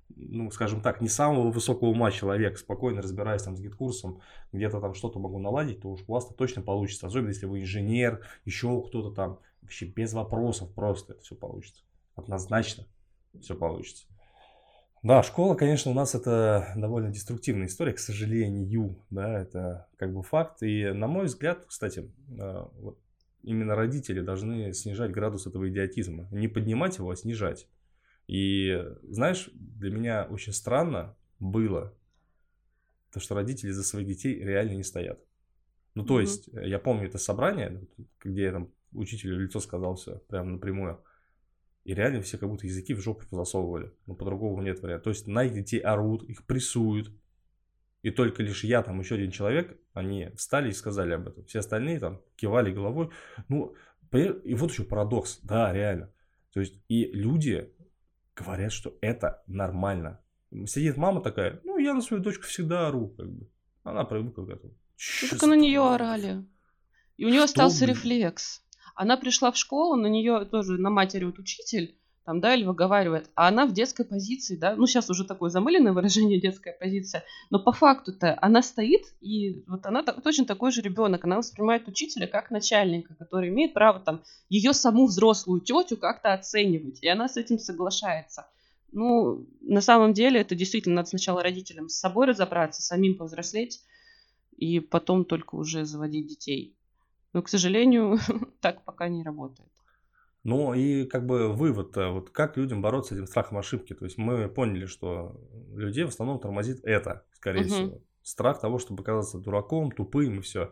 ну, скажем так, не самого высокого ума человек, спокойно разбираясь там с гид-курсом, где-то там что-то могу наладить, то уж у вас-то точно получится. Особенно, если вы инженер, еще кто-то там. Вообще без вопросов просто это все получится. Однозначно все получится. Да, школа, конечно, у нас это довольно деструктивная история, к сожалению, да, это как бы факт. И, на мой взгляд, кстати, э, вот именно родители должны снижать градус этого идиотизма. Не поднимать его, а снижать. И, знаешь, для меня очень странно было то, что родители за своих детей реально не стоят. Ну, то Мгм. есть, э, я помню это собрание, где я там учителю в лицо сказал все, прям напрямую. И реально все как будто языки в жопу засовывали. Ну, по-другому нет варианта. То есть, на их детей орут, их прессуют. И только лишь я, там еще один человек, они встали и сказали об этом. Все остальные там кивали головой. Ну, понимаешь, и вот еще парадокс. Да, реально. То есть, и люди говорят, что это нормально. Сидит мама такая, ну, я на свою дочку всегда ору, как бы. Она привыкла к этому. Ну, Че так и за на нее парадокс? орали. И у нее Что, остался блин? рефлекс. Она пришла в школу, на нее тоже на матери вот учитель, там, да, или выговаривает, а она в детской позиции, да, ну, сейчас уже такое замыленное выражение детская позиция, но по факту-то она стоит, и вот она так- точно такой же ребенок, она воспринимает учителя как начальника, который имеет право там ее саму взрослую тетю как-то оценивать, и она с этим соглашается. Ну, на самом деле, это действительно надо сначала родителям с собой разобраться, самим повзрослеть, и потом только уже заводить детей. Но, к сожалению, так пока не работает. Ну и как бы вывод, вот как людям бороться с этим страхом ошибки. То есть мы поняли, что людей в основном тормозит это, скорее Мгм. всего. Страх того, чтобы оказаться дураком, тупым и все.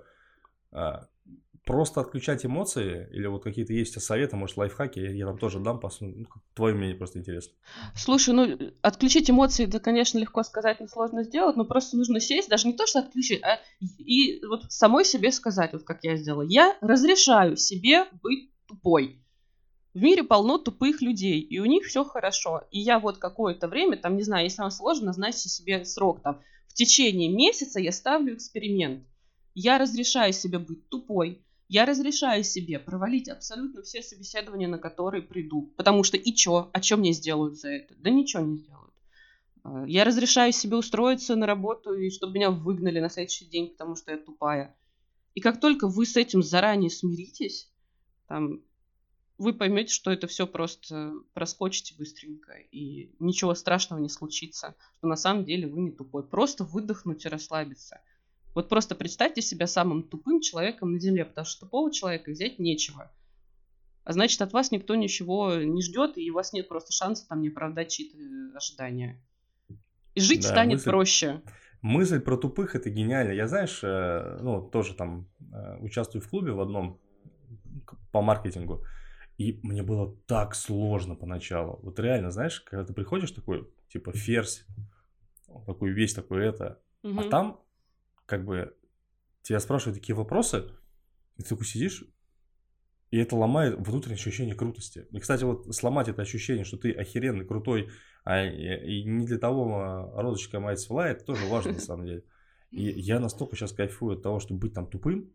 Просто отключать эмоции или вот какие-то есть советы, может, лайфхаки, я, я там тоже дам, посмотрим. Ну, как- твое мнение просто интересно. Слушай, ну, э, отключить эмоции, да, конечно, легко сказать, но сложно сделать, но просто нужно сесть, даже не то, что отключить, а и и вот самой себе сказать, вот как я сделала. Я разрешаю себе быть тупой. В мире полно тупых людей, и у них все хорошо. И я вот какое-то время, там, не знаю, если вам сложно, назначьте себе срок, там, в течение месяца я ставлю эксперимент. Я разрешаю себе быть тупой, я разрешаю себе провалить абсолютно все собеседования, на которые приду. Потому что и чё? А чё мне сделают за это? Да ничего не сделают. А, Я разрешаю себе устроиться на работу, и чтобы меня выгнали на следующий день, потому что я тупая. И как только вы с этим заранее смиритесь, там, вы поймете, что это все просто проскочите быстренько, и ничего страшного не случится, что на самом деле вы не тупой. Просто выдохнуть и расслабиться. Вот просто представьте себя самым тупым человеком на Земле, потому что тупого человека взять нечего. А значит, от вас никто ничего не ждет, и у вас нет просто шанса там не оправдать чьи-то э, ожидания. И жить Да, станет мысль, проще. мысль про тупых это гениально. Я, знаешь, э, ну, тоже там э, участвую в клубе в одном к- по маркетингу. И мне было так сложно поначалу. Вот реально, знаешь, когда ты приходишь такой, типа, ферзь, он такой весь такой это, а Мгм. там, как бы, тебя спрашивают такие вопросы, и ты такой сидишь, и это ломает внутреннее ощущение крутости. И, кстати, вот сломать это ощущение, что ты охеренный, крутой, а и, и не для того а, розочка мать свела, это тоже важно на самом деле. И я настолько сейчас кайфую от того, чтобы быть там тупым,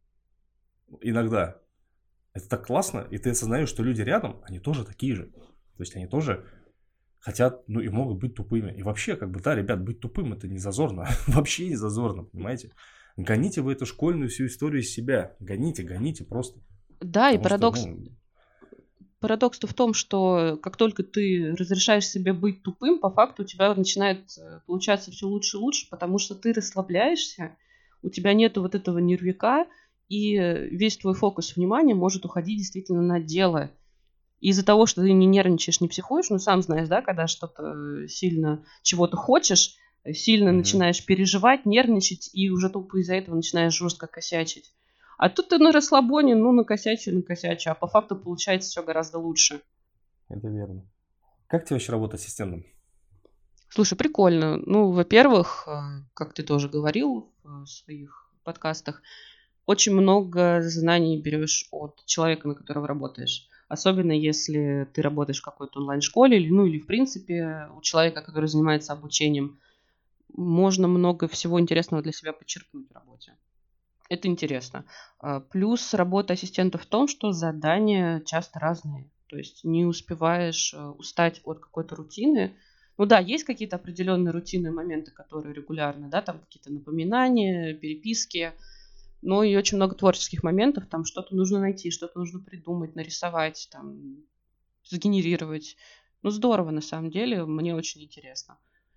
иногда. Это так классно, и ты осознаешь, что люди рядом, они тоже такие же. То есть они тоже хотят, ну и могут быть тупыми. И вообще, как бы, да, ребят, быть тупым это не зазорно. Вообще не зазорно, понимаете? Гоните вы эту школьную всю историю из себя. Гоните, гоните просто. Да, и Потому что, парадокс ну, Парадокс-то в том, что как только ты разрешаешь себе быть тупым, по факту у тебя начинает э, получаться все лучше и лучше, потому что ты расслабляешься, у тебя нету вот этого нервяка, и э, весь твой фокус внимания может уходить действительно на дело. И из-за того, что ты не нервничаешь, не психуешь, ну, сам знаешь, да, когда что-то э, сильно чего-то хочешь, э, сильно мгм. начинаешь переживать, нервничать, и уже тупо из-за этого начинаешь жестко косячить. А тут ты на расслабоне, ну, накосячу, накосячу, а по факту получается все гораздо лучше. Это верно. Как тебе вообще работа ассистентом? Слушай, прикольно. Ну, во-первых, э, как ты тоже говорил в своих подкастах, очень много знаний берешь от человека, на которого работаешь. Особенно если ты работаешь в какой-то онлайн-школе, или, ну или в принципе у человека, который занимается обучением, можно много всего интересного для себя подчеркнуть в работе. Это интересно. А, Плюс работа ассистента в том, что задания часто разные. То есть не успеваешь э, устать от какой-то рутины, Ну да, есть какие-то определенные рутинные моменты, которые регулярно, да, там какие-то напоминания, переписки, но и очень много творческих моментов, там что-то нужно найти, что-то нужно придумать, нарисовать, там, сгенерировать. Ну, здорово, на самом деле, мне очень интересно.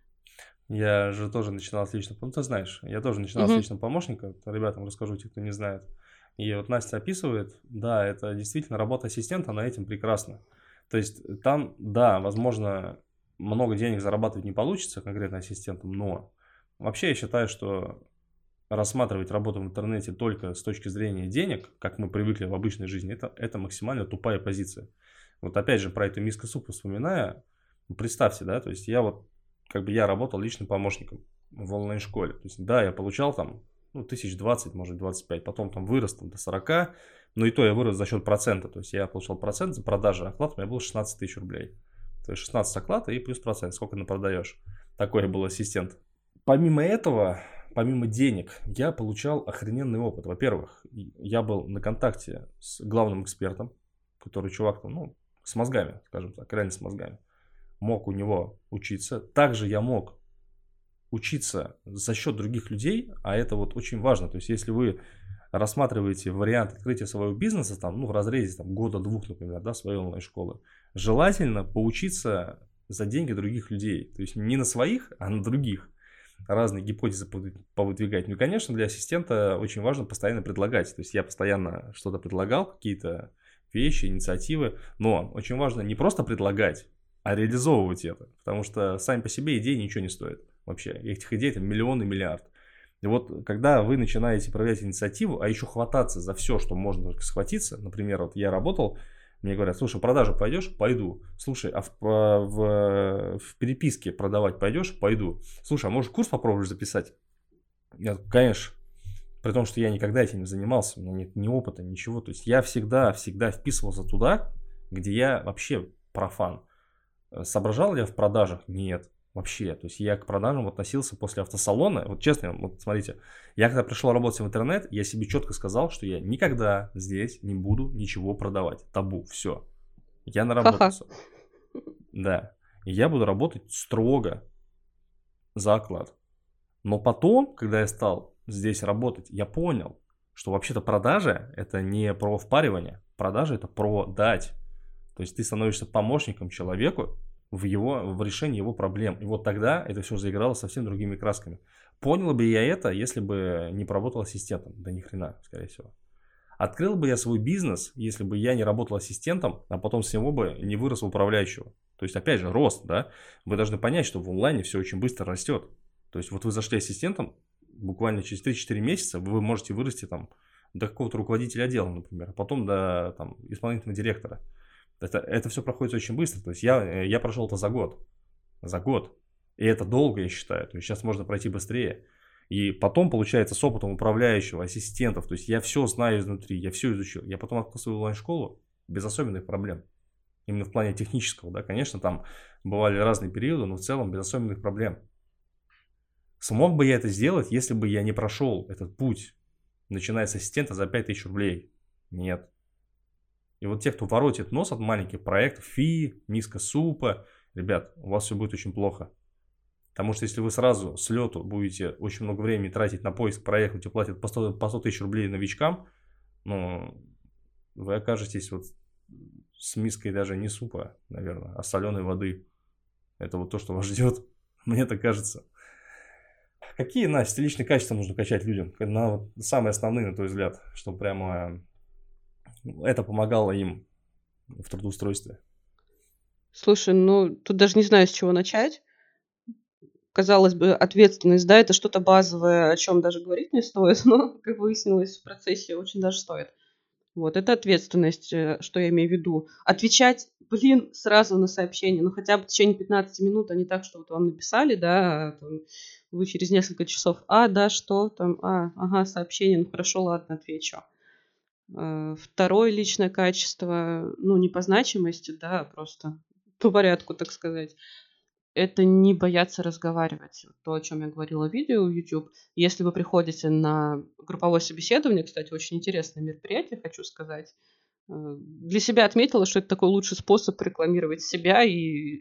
Я же тоже начинал с личного, ну ты знаешь, я тоже начинал с Мгм. личного помощника, ребятам расскажу, те, кто не знает. И вот Настя описывает, да, это действительно работа ассистента, она этим прекрасна. То есть там, да, возможно, много денег зарабатывать не получится конкретно ассистентом, но вообще я считаю, что рассматривать работу в интернете только с точки зрения денег, как мы привыкли в обычной жизни, это, это максимально тупая позиция. Вот опять же про эту миску супа вспоминая, ну, представьте, да, то есть я вот, как бы я работал личным помощником в онлайн-школе. То есть да, я получал там, ну, тысяч двадцать, может, двадцать пять, потом там вырос там, до сорока, но и то я вырос за счет процента. То есть я получал процент за продажи, оклад у меня был шестнадцать тысяч рублей. То есть шестнадцать оклада и плюс процент, сколько напродаешь. Такой я был ассистент. Помимо этого, помимо денег, я получал охрененный опыт. Во-первых, я был на контакте с главным экспертом, который чувак, ну, с мозгами, скажем так, реально с мозгами. Мог у него учиться. Также я мог учиться за счет других людей, а это вот очень важно. То есть, если вы рассматриваете вариант открытия своего бизнеса, там, ну, в разрезе там, года-двух, например, да, своей онлайн-школы, желательно поучиться за деньги других людей. То есть, не на своих, а на других. Разные гипотезы повыдвигать. Ну и, конечно, для ассистента очень важно постоянно предлагать. То есть я постоянно что-то предлагал, какие-то вещи, инициативы. Но очень важно не просто предлагать, а реализовывать это. Потому что сами по себе идеи ничего не стоят. Вообще, этих идей там миллион и миллиард. И вот когда вы начинаете проявлять инициативу, а еще хвататься за все, что можно только схватиться. Например, вот я работал, мне говорят, слушай, в продажу пойдешь? Пойду. Слушай, а в, в, в переписке продавать пойдешь? Пойду. Слушай, а может курс попробуешь записать? Я, конечно. При том, что я никогда этим не занимался, у меня нет ни опыта, ничего. То есть я всегда, всегда вписывался туда, где я вообще профан. Соображал ли я в продажах? Нет. Вообще, то есть я к продажам относился после автосалона, вот честно, вот смотрите, я когда пришел работать в интернет, я себе четко сказал, что я никогда здесь не буду ничего продавать, табу, все, я Ха-ха. наработался, да, и я буду работать строго за оклад, но потом, когда я стал здесь работать, я понял, что вообще-то продажа это не про впаривание, продажа это про дать, то есть ты становишься помощником человеку, в, его, в решении его проблем. И вот тогда это все заиграло совсем другими красками. Понял бы я это, если бы не поработал ассистентом. Да ни хрена, скорее всего. Открыл бы я свой бизнес, если бы я не работал ассистентом, а потом с него бы не вырос в управляющего. То есть, опять же, рост, да. Вы должны понять, что в онлайне все очень быстро растет. То есть, вот вы зашли ассистентом, буквально через три-четыре месяца вы можете вырасти там до какого-то руководителя отдела, например, а потом до там, исполнительного директора. Это, это все проходит очень быстро. То есть я, я прошел это за год. За год. И это долго, я считаю. То есть сейчас можно пройти быстрее. И потом, получается, с опытом управляющего, ассистентов. То есть я все знаю изнутри, я все изучил. Я потом открыл свою онлайн-школу без особенных проблем. Именно в плане технического. Да, конечно, там бывали разные периоды, но в целом без особенных проблем. Смог бы я это сделать, если бы я не прошел этот путь, начиная с ассистента за пять тысяч рублей? Нет. И вот те, кто воротит нос от маленьких проектов, фи, миска супа, ребят, у вас все будет очень плохо. Потому что если вы сразу с лету будете очень много времени тратить на поиск проектов и платят по сто, по сто тысяч рублей новичкам, ну, вы окажетесь вот с миской даже не супа, наверное, а соленой воды. Это вот то, что вас ждет, мне так кажется. Какие, Настя, личные качества нужно качать людям? На, вот, самые основные, на твой взгляд, чтобы прямо это помогало им в трудоустройстве? Слушай, ну тут даже не знаю, с чего начать. Казалось бы, ответственность, да, это что-то базовое, о чем даже говорить не стоит, но, как выяснилось в процессе, очень даже стоит. Вот, это ответственность, э, что я имею в виду. Отвечать, блин, сразу на сообщение, ну хотя бы в течение пятнадцати минут, а не так, что вот вам написали, да, а там, вы через несколько часов, а, да, что там, а, ага, сообщение, ну хорошо, ладно, отвечу. Э, Второе личное качество, ну не по значимости, да, а просто по порядку, так сказать. Это не бояться разговаривать. То, о чем я говорила в видео в YouTube. Если вы приходите на групповое собеседование, кстати, очень интересное мероприятие, хочу сказать. э, Для себя отметила, что это такой лучший способ рекламировать себя и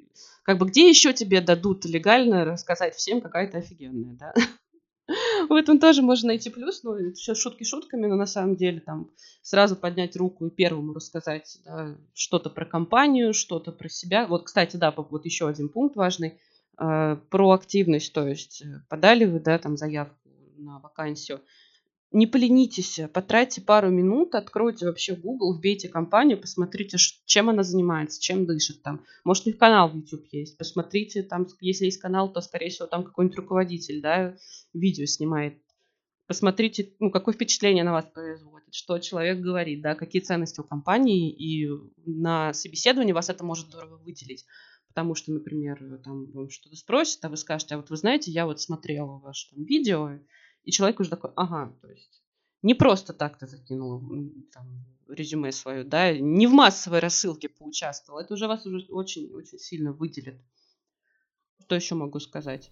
Как бы где еще тебе дадут легально рассказать всем, какая ты офигенная, да? В этом тоже можно найти плюс, ну, это все шутки шутками, но на самом деле там сразу поднять руку и первому рассказать, да, что-то про компанию, что-то про себя. Вот, кстати, да, вот еще один пункт важный, э, проактивность, то есть э, подали вы, да, там заявку на вакансию, не поленитесь, потратьте пару минут, откройте вообще Google, вбейте компанию, посмотрите, ш- чем она занимается, чем дышит там. Может, у них канал в YouTube есть, посмотрите, там, если есть канал, то, скорее всего, там какой-нибудь руководитель, да, видео снимает. Посмотрите, ну, какое впечатление на вас производит, что человек говорит, да, какие ценности у компании, и на собеседовании вас это может здорово выделить. Потому что, например, там вам что-то спросят, а вы скажете, а вот вы знаете, я вот смотрела ваше там видео, и человек уже такой, ага, то есть не просто так ты закинул м, там, резюме свое, да, не в массовой рассылке поучаствовал, это уже вас уже очень-очень сильно выделит. Что еще могу сказать?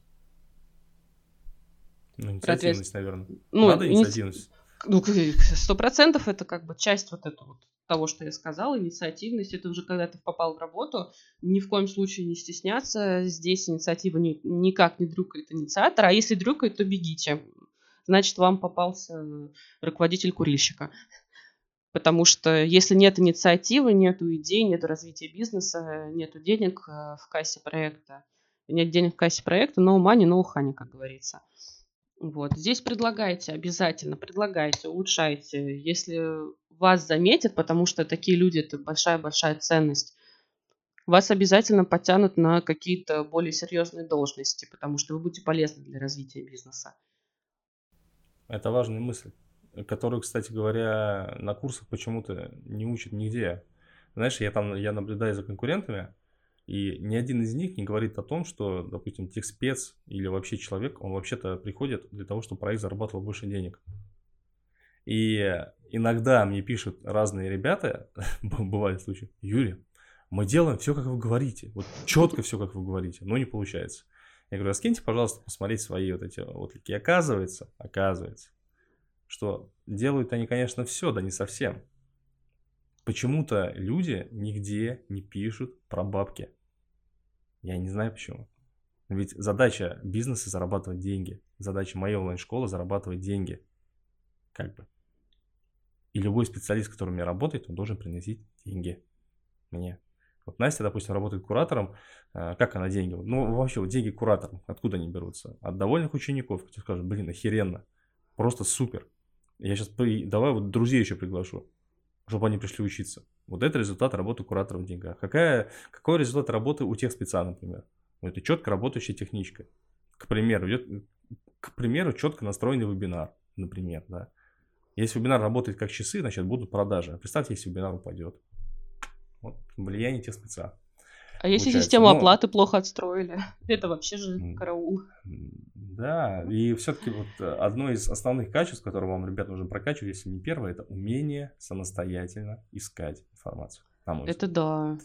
Ну, Про ответственность. инициативность, наверное. Ну, Надо иници- инициативность. ну, сто процентов это как бы часть вот этого вот того, что я сказала, инициативность. Это уже когда ты попал в работу, ни в коем случае не стесняться. Здесь инициатива ни- никак не дрюкает инициатора, а если дрюкает, то бегите. Значит, вам попался руководитель курильщика. Потому что если нет инициативы, нету идей, нету развития бизнеса, нету денег э, в кассе проекта, нет денег в кассе проекта, no money, no honey, как говорится. Вот. Здесь предлагайте, обязательно предлагайте, улучшайте. Если вас заметят, потому что такие люди – это большая-большая ценность, вас обязательно подтянут на какие-то более серьезные должности, потому что вы будете полезны для развития бизнеса. Это важная мысль, которую, кстати говоря, на курсах почему-то не учат нигде. Знаешь, я там я наблюдаю за конкурентами, и ни один из них не говорит о том, что, допустим, техспец или вообще человек, он вообще-то приходит для того, чтобы проект зарабатывал больше денег. И иногда мне пишут разные ребята, бывают случаи, Юрий, мы делаем все, как вы говорите, вот четко все, как вы говорите, но не получается. Я говорю, а скиньте, пожалуйста, посмотреть свои вот эти отклики. И оказывается, оказывается, что делают они, конечно, все, да не совсем. Почему-то люди нигде не пишут про бабки. Я не знаю почему. Ведь задача бизнеса зарабатывать деньги. Задача моей онлайн-школы зарабатывать деньги. Как бы. И любой специалист, который у меня работает, он должен приносить деньги мне. Вот Настя, допустим, работает куратором. Как она деньги? Ну, вообще, вот деньги куратором, откуда они берутся? От довольных учеников, которые скажут, блин, охеренно. Просто супер. Я сейчас, давай вот друзей еще приглашу, чтобы они пришли учиться. Вот это результат работы куратора в деньгах. Какая, какой результат работы у тех спеца, например? Ну, это четко работающая техничка. К примеру, идет, к примеру, четко настроенный вебинар, например, да. Если вебинар работает как часы, значит будут продажи. Представьте, если вебинар упадет. Вот влияние тех спеца. А если получается. систему Но, оплаты плохо отстроили? Это вообще же караул. Да, и все-таки вот одно из основных качеств, которые вам, ребят, нужно прокачивать, если не первое, это умение самостоятельно искать информацию. На мой Это взгляд. да.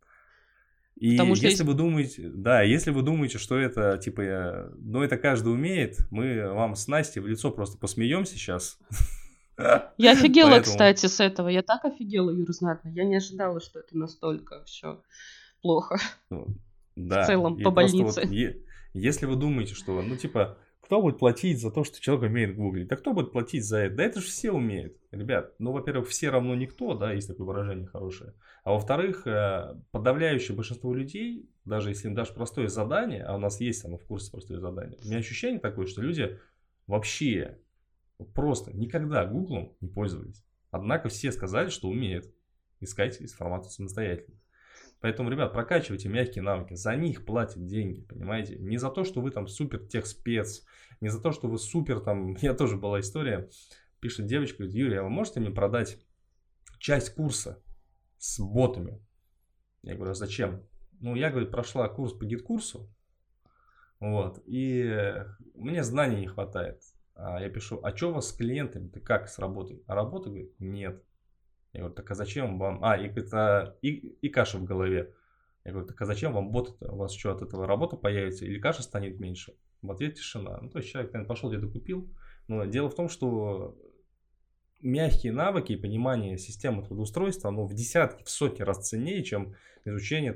И Потому что если есть- вы думаете, да, если вы думаете, что это типа, э, ну это каждый умеет, мы вам с Настей в лицо просто посмеемся сейчас. Я офигела, Поэтому- кстати, с этого. Я так офигела, Юра, знатно. Я не ожидала, что это настолько все плохо. Ну, да, целом и по просто больнице. вот е- если вы думаете, что, ну, типа, кто будет платить за то, что человек умеет гуглить? Да кто будет платить за это? Да это же все умеют. Ребят, ну, во-первых, все равно никто, да, есть такое выражение хорошее. А во-вторых, э, подавляющее большинство людей, даже если им дашь простое задание, а у нас есть там в курсе простое задание, у меня ощущение такое, что люди вообще просто никогда гуглом не пользовались. Однако все сказали, что умеют искать информацию самостоятельно. Поэтому, ребят, прокачивайте мягкие навыки. За них платят деньги, понимаете? Не за то, что вы там супер техспец, не за то, что вы супер там... У меня тоже была история. Пишет девочка, говорит, Юрий, а вы можете мне продать часть курса с ботами? Я говорю, а зачем? Ну, я, говорит, прошла курс по гид-курсу, вот, и мне знаний не хватает. А я пишу, а что у вас с клиентами? Ты как с работой? А работы, говорит, нет. Я говорю, так а зачем вам? А, и, это, и, и каша в голове. Я говорю, так а зачем вам бот-то? У вас что, от этого работа появится или каша станет меньше? В ответ тишина. Ну, то есть человек, наверное, пошел где-то купил. Но дело в том, что мягкие навыки и понимание системы трудоустройства, оно в десятки, в сотни раз ценнее, чем изучение там,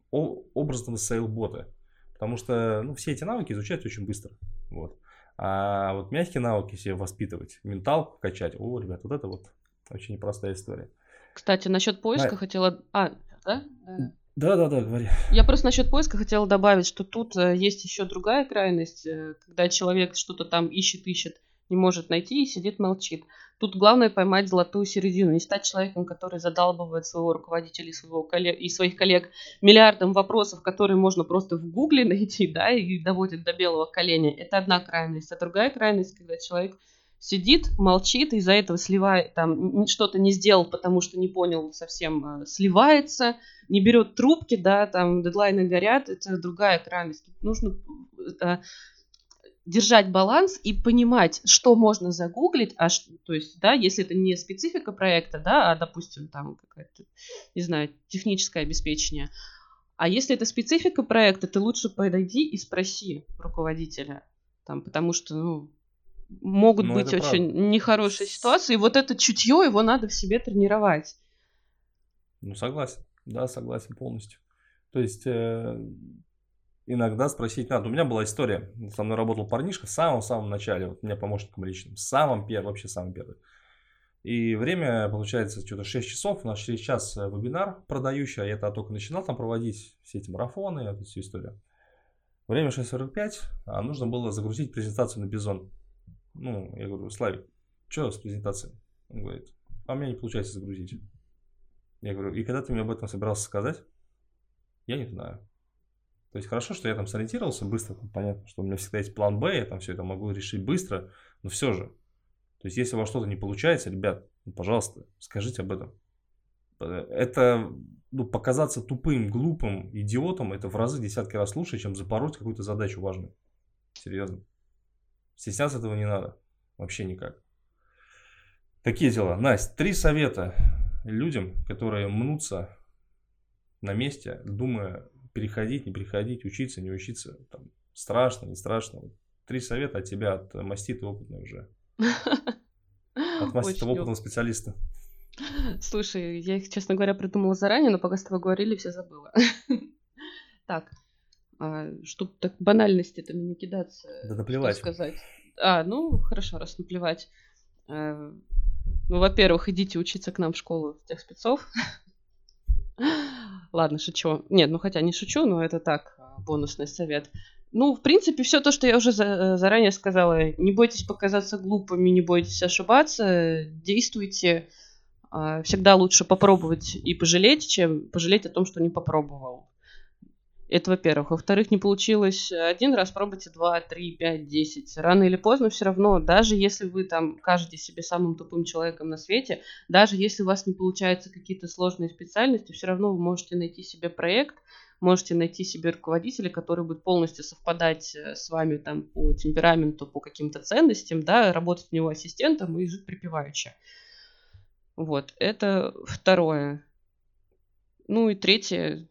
образного сейл-бота. Потому что, ну, все эти навыки изучаются очень быстро. Вот. А вот мягкие навыки себе воспитывать, менталку качать, о, ребят, вот это вот очень непростая история. Кстати, насчет поиска На... хотела... А, да? Да-да-да, говори. Я просто насчет поиска хотела добавить, что тут есть еще другая крайность, когда человек что-то там ищет, ищет, не может найти и сидит, молчит. Тут главное поймать золотую середину, не стать человеком, который задалбывает своего руководителя и, своего коллег, и своих коллег миллиардом вопросов, которые можно просто в гугле найти, да, и доводит до белого коленя. Это одна крайность. А другая крайность, когда человек сидит, молчит, и из-за этого сливает, там, что-то не сделал, потому что не понял совсем, сливается, не берет трубки, да, там, дедлайны горят, это другая крайность. Тут нужно а, держать баланс и понимать, что можно загуглить, а что, то есть, да, если это не специфика проекта, да, а, допустим, там, какая-то, не знаю, техническое обеспечение, а если это специфика проекта, ты лучше подойди и спроси руководителя, там, потому что, ну, могут ну, быть очень правда. Нехорошие ситуации, и вот это чутье, его надо в себе тренировать. Ну, согласен. Да, согласен полностью. То есть, э, иногда спросить надо. У меня была история. Со мной работал парнишка в самом-самом начале. Вот у меня помощником личным. В самом первом, вообще самый первый. И время, получается, что-то шесть часов. У нас через час вебинар продающий. А я тогда только начинал там проводить все эти марафоны, эту всю историю. Время шесть сорок пять, а нужно было загрузить презентацию на Бизон. Ну, я говорю, Славик, что с презентацией? Он говорит, а у меня не получается загрузить. Я говорю, и когда ты мне об этом собирался сказать? Я не знаю. То есть хорошо, что я там сориентировался быстро. Понятно, что у меня всегда есть план Б, я там все это могу решить быстро, но все же. То есть если у вас что-то не получается, ребят, ну, пожалуйста, скажите об этом. Это, ну, показаться тупым, глупым, идиотом, это в разы, десятки раз лучше, чем запороть какую-то задачу важную. Серьезно. Стесняться этого не надо. Вообще никак. Такие дела. Настя, три совета людям, которые мнутся на месте, думая, переходить, не переходить, учиться, не учиться. Там, страшно, не страшно. Три совета от тебя, от мастита опытной уже. От мастита опытного специалиста. Слушай, я их, честно говоря, придумала заранее, но пока с тобой говорили, все забыла. Так. А, чтобы так банальности-то не кидаться, да наплевать. Что сказать. А, ну, хорошо, раз наплевать. А, ну, во-первых, идите учиться к нам в школу техспецов. Ладно, шучу. Нет, ну хотя не шучу, но это так, бонусный совет. Ну, в принципе, все то, что я уже за- заранее сказала. Не бойтесь показаться глупыми, не бойтесь ошибаться, действуйте. А, всегда лучше попробовать и пожалеть, чем пожалеть о том, что не попробовал. Это, во-первых. Во-вторых, не получилось один раз, пробуйте два, три, пять, десять. Рано или поздно все равно, даже если вы там кажете себе самым тупым человеком на свете, даже если у вас не получаются какие-то сложные специальности, все равно вы можете найти себе проект, можете найти себе руководителя, который будет полностью совпадать с вами там по темпераменту, по каким-то ценностям, да, работать у него ассистентом и жить припеваючи. Вот, это второе. Ну и третье.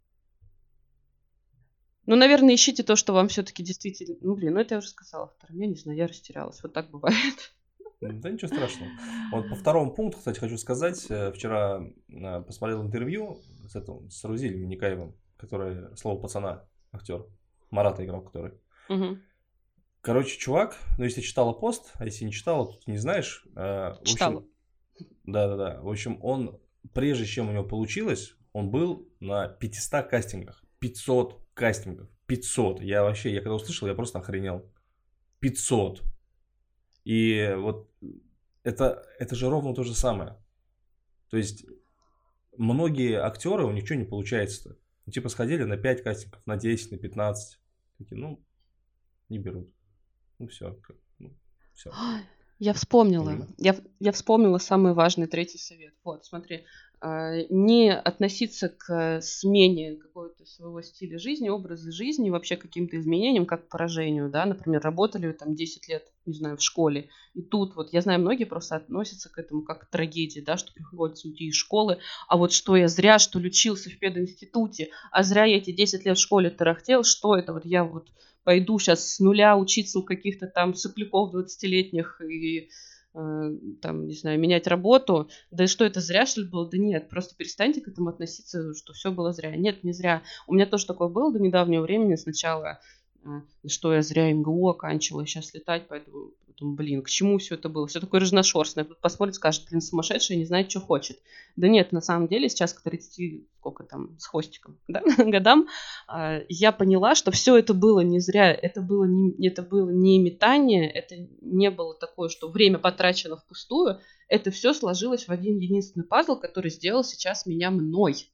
Ну, наверное, ищите то, что вам все-таки действительно... Ну, блин, ну это я уже сказала вторым. Я не знаю, я растерялась. Вот так бывает. Да ничего страшного. Вот по второму пункту, кстати, хочу сказать. Вчера посмотрел интервью с, этим, с Рузилем Миникаевым, который «Слово пацана», актер. Марата играл, который. Угу. Короче, чувак, ну, если читала пост, а если не читала, то ты не знаешь. Читала. Да-да-да. В общем, он, прежде чем у него получилось, он был на пятистах кастингах. пятьсот кастингов. пятьсот. Я вообще, я когда услышал, я просто охренел. пятьсот. И вот это, это же ровно то же самое. То есть, многие актеры, у них ничего не получается-то. Ну, типа, сходили на пять кастингов, на десять, на пятнадцать. Такие, ну, не берут. Ну, все. Ну, все. Я вспомнила. Я, я вспомнила самый важный третий совет. Вот, смотри. Не относиться к смене какого-то своего стиля жизни, образа жизни, вообще к каким-то изменениям, как к поражению, да, например, работали там десять лет, не знаю, в школе, и тут вот, я знаю, многие просто относятся к этому как к трагедии, да, что приходится уйти из школы, а вот что я зря, что ли, учился в пединституте, а зря я эти десять лет в школе тарахтел, что это, вот я вот пойду сейчас с нуля учиться у каких-то там сопляков двадцатилетних и там, не знаю, менять работу. Да что это зря, что ли, было? Да нет, просто перестаньте к этому относиться, что все было зря. Нет, не зря. У меня тоже такое было до недавнего времени. Сначала, что я зря эм гэ у оканчивала, сейчас летать, поэтому, потом, блин, к чему все это было? Все такое разношерстное. Тут посмотрит, скажет, блин, сумасшедшая, не знает, что хочет. Да нет, на самом деле, сейчас к тридцати, сколько там, с хвостиком, да, годам, я поняла, что все это было не зря. Это было не, это было не метание, это не было такое, что время потрачено впустую. Это все сложилось в один единственный пазл, который сделал сейчас меня мной.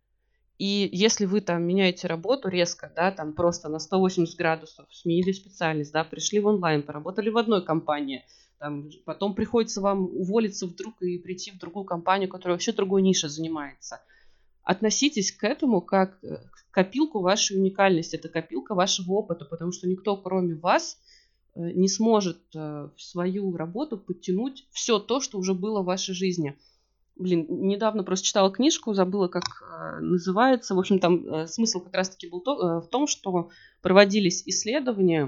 И если вы там меняете работу резко, да, там просто на сто восемьдесят градусов, сменили специальность, да, пришли в онлайн, поработали в одной компании, там, потом приходится вам уволиться вдруг и прийти в другую компанию, которая вообще другой нишей занимается. Относитесь к этому как к копилку вашей уникальности, это копилка вашего опыта, потому что никто, кроме вас, не сможет в свою работу подтянуть все то, что уже было в вашей жизни. Блин, недавно просто читала книжку, забыла, как э, называется. В общем, там э, смысл как раз-таки был то, э, в том, что проводились исследования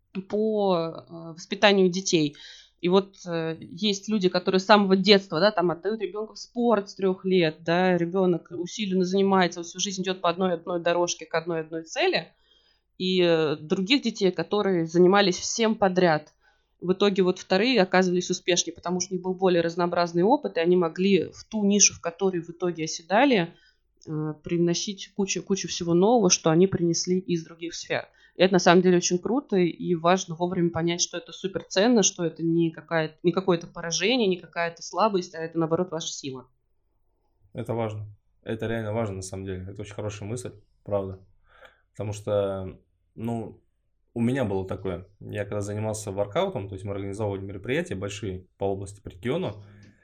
по э, воспитанию детей. И вот э, есть люди, которые с самого детства, да, там отдают ребенка в спорт с трех лет, да, ребенок усиленно занимается, всю жизнь идет по одной одной дорожке к одной одной цели. И э, других детей, которые занимались всем подряд. В итоге вот вторые оказывались успешнее, потому что у них был более разнообразный опыт, и они могли в ту нишу, в которой в итоге оседали, приносить кучу, кучу всего нового, что они принесли из других сфер. И это на самом деле очень круто, и важно вовремя понять, что это суперценно, что это не, какая, не какое-то поражение, не какая-то слабость, а это, наоборот, ваша сила. Это важно. Это реально важно, на самом деле. Это очень хорошая мысль, правда. Потому что, ну... У меня было такое. Я когда занимался воркаутом, то есть мы организовывали мероприятия большие по области, по региону.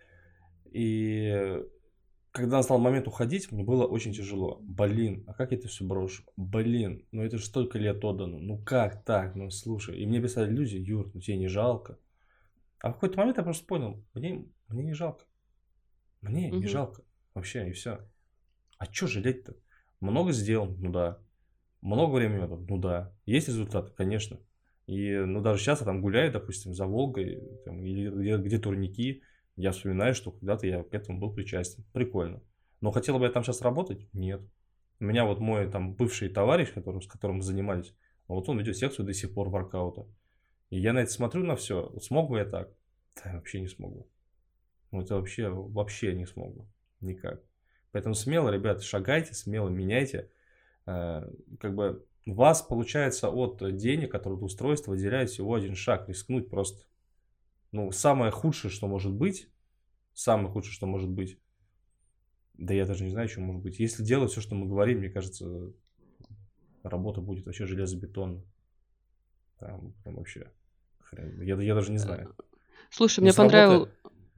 И когда настал момент уходить, мне было очень тяжело. Блин, а как я это все брошу? Блин, ну это же столько лет отдано. Ну как так? Ну слушай. И мне писали люди: Юр, ну тебе не жалко? А в какой-то момент я просто понял, мне, мне не жалко. Мне угу. не жалко. Вообще, и все. А что жалеть-то? Много сделал? Ну да. Много времени, ну да, есть результаты, конечно. И, ну, даже сейчас я там гуляю, допустим, за Волгой, там, или где, где турники, я вспоминаю, что когда-то я к этому был причастен. Прикольно. Но хотел бы я там сейчас работать? Нет. У меня вот мой там бывший товарищ, который, с которым мы занимались, вот он ведет секцию до сих пор воркаута. И я на это смотрю на все. Вот смог бы я так? Да, вообще не смогу. Ну, это вообще, вообще не смогу. Никак. Поэтому смело, ребята, шагайте, смело меняйте. Как бы у вас получается от денег, которые от устройства выделяет всего один шаг, рискнуть просто. Ну, самое худшее, что может быть, самое худшее, что может быть, да я даже не знаю, что может быть. Если делать все, что мы говорим, мне кажется, работа будет вообще железобетонная. Там прям вообще хрен. Я, я даже не знаю. Слушай, мне понравилось.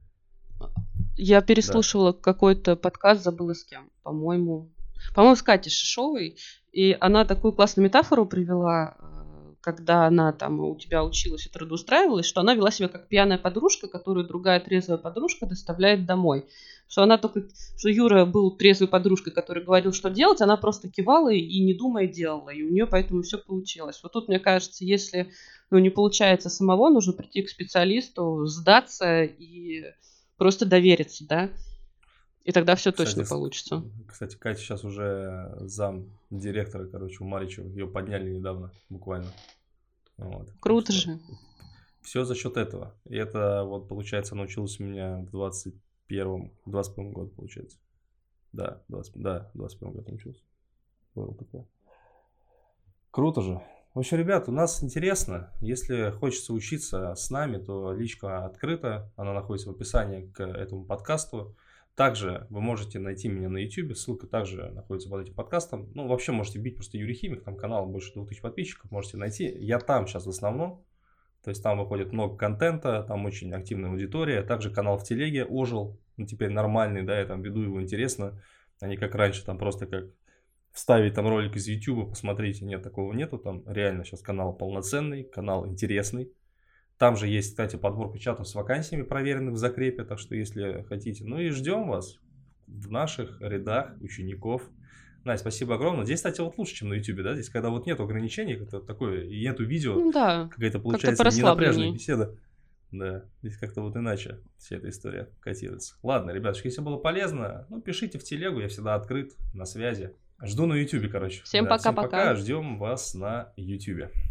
Я переслушивала да. какой-то подкаст, забыла с кем, по-моему. По-моему, с Катей Шишовой, и она такую классную метафору привела, когда она там у тебя училась и трудоустраивалась, что она вела себя как пьяная подружка, которую другая трезвая подружка доставляет домой. Что она только, что Юра был трезвой подружкой, который говорил, что делать, она просто кивала и, не думая, делала, и у нее поэтому все получилось. Вот тут, мне кажется, если ну, не получается самого, нужно прийти к специалисту, сдаться и просто довериться, да. И тогда все кстати, точно получится. Кстати, Катя сейчас уже зам директора, короче, у Маричева. Ее подняли недавно, буквально. Вот. Круто же. Все за счет этого. И это, вот, получается, научилась у меня в двадцать первом, двадцать первом году, получается. Да, двадцать, да, в двадцать первом году научился. Было такое. Круто же. В общем, ребят, у нас интересно. Если хочется учиться с нами, то личка открыта. Она находится в описании к этому подкасту. Также вы можете найти меня на YouTube, ссылка также находится под этим подкастом. Ну, вообще можете бить просто Юрий Химик, там канал больше двух тысяч подписчиков, можете найти. Я там сейчас в основном, то есть там выходит много контента, там очень активная аудитория. Также канал в телеге ожил, ну, теперь нормальный, да, я там веду его интересно, а не как раньше, там просто как вставить там ролик из YouTube, посмотрите, нет, такого нету, там реально сейчас канал полноценный, канал интересный. Там же есть, кстати, подборка чатов с вакансиями, проверенных в закрепе, так что если хотите. Ну и ждем вас в наших рядах учеников. Настя, спасибо огромное. Здесь, кстати, вот лучше, чем на YouTube, да? Здесь, когда вот нет ограничений, это такое, и нету видео, ну, да, какая-то получается ненапряженная беседа. Да, здесь как-то вот иначе вся эта история котируется. Ладно, ребятушки, если было полезно, ну, пишите в телегу, я всегда открыт, на связи. Жду на ютубе, короче. Всем Да, всем пока-пока. пока, ждем вас на ютубе.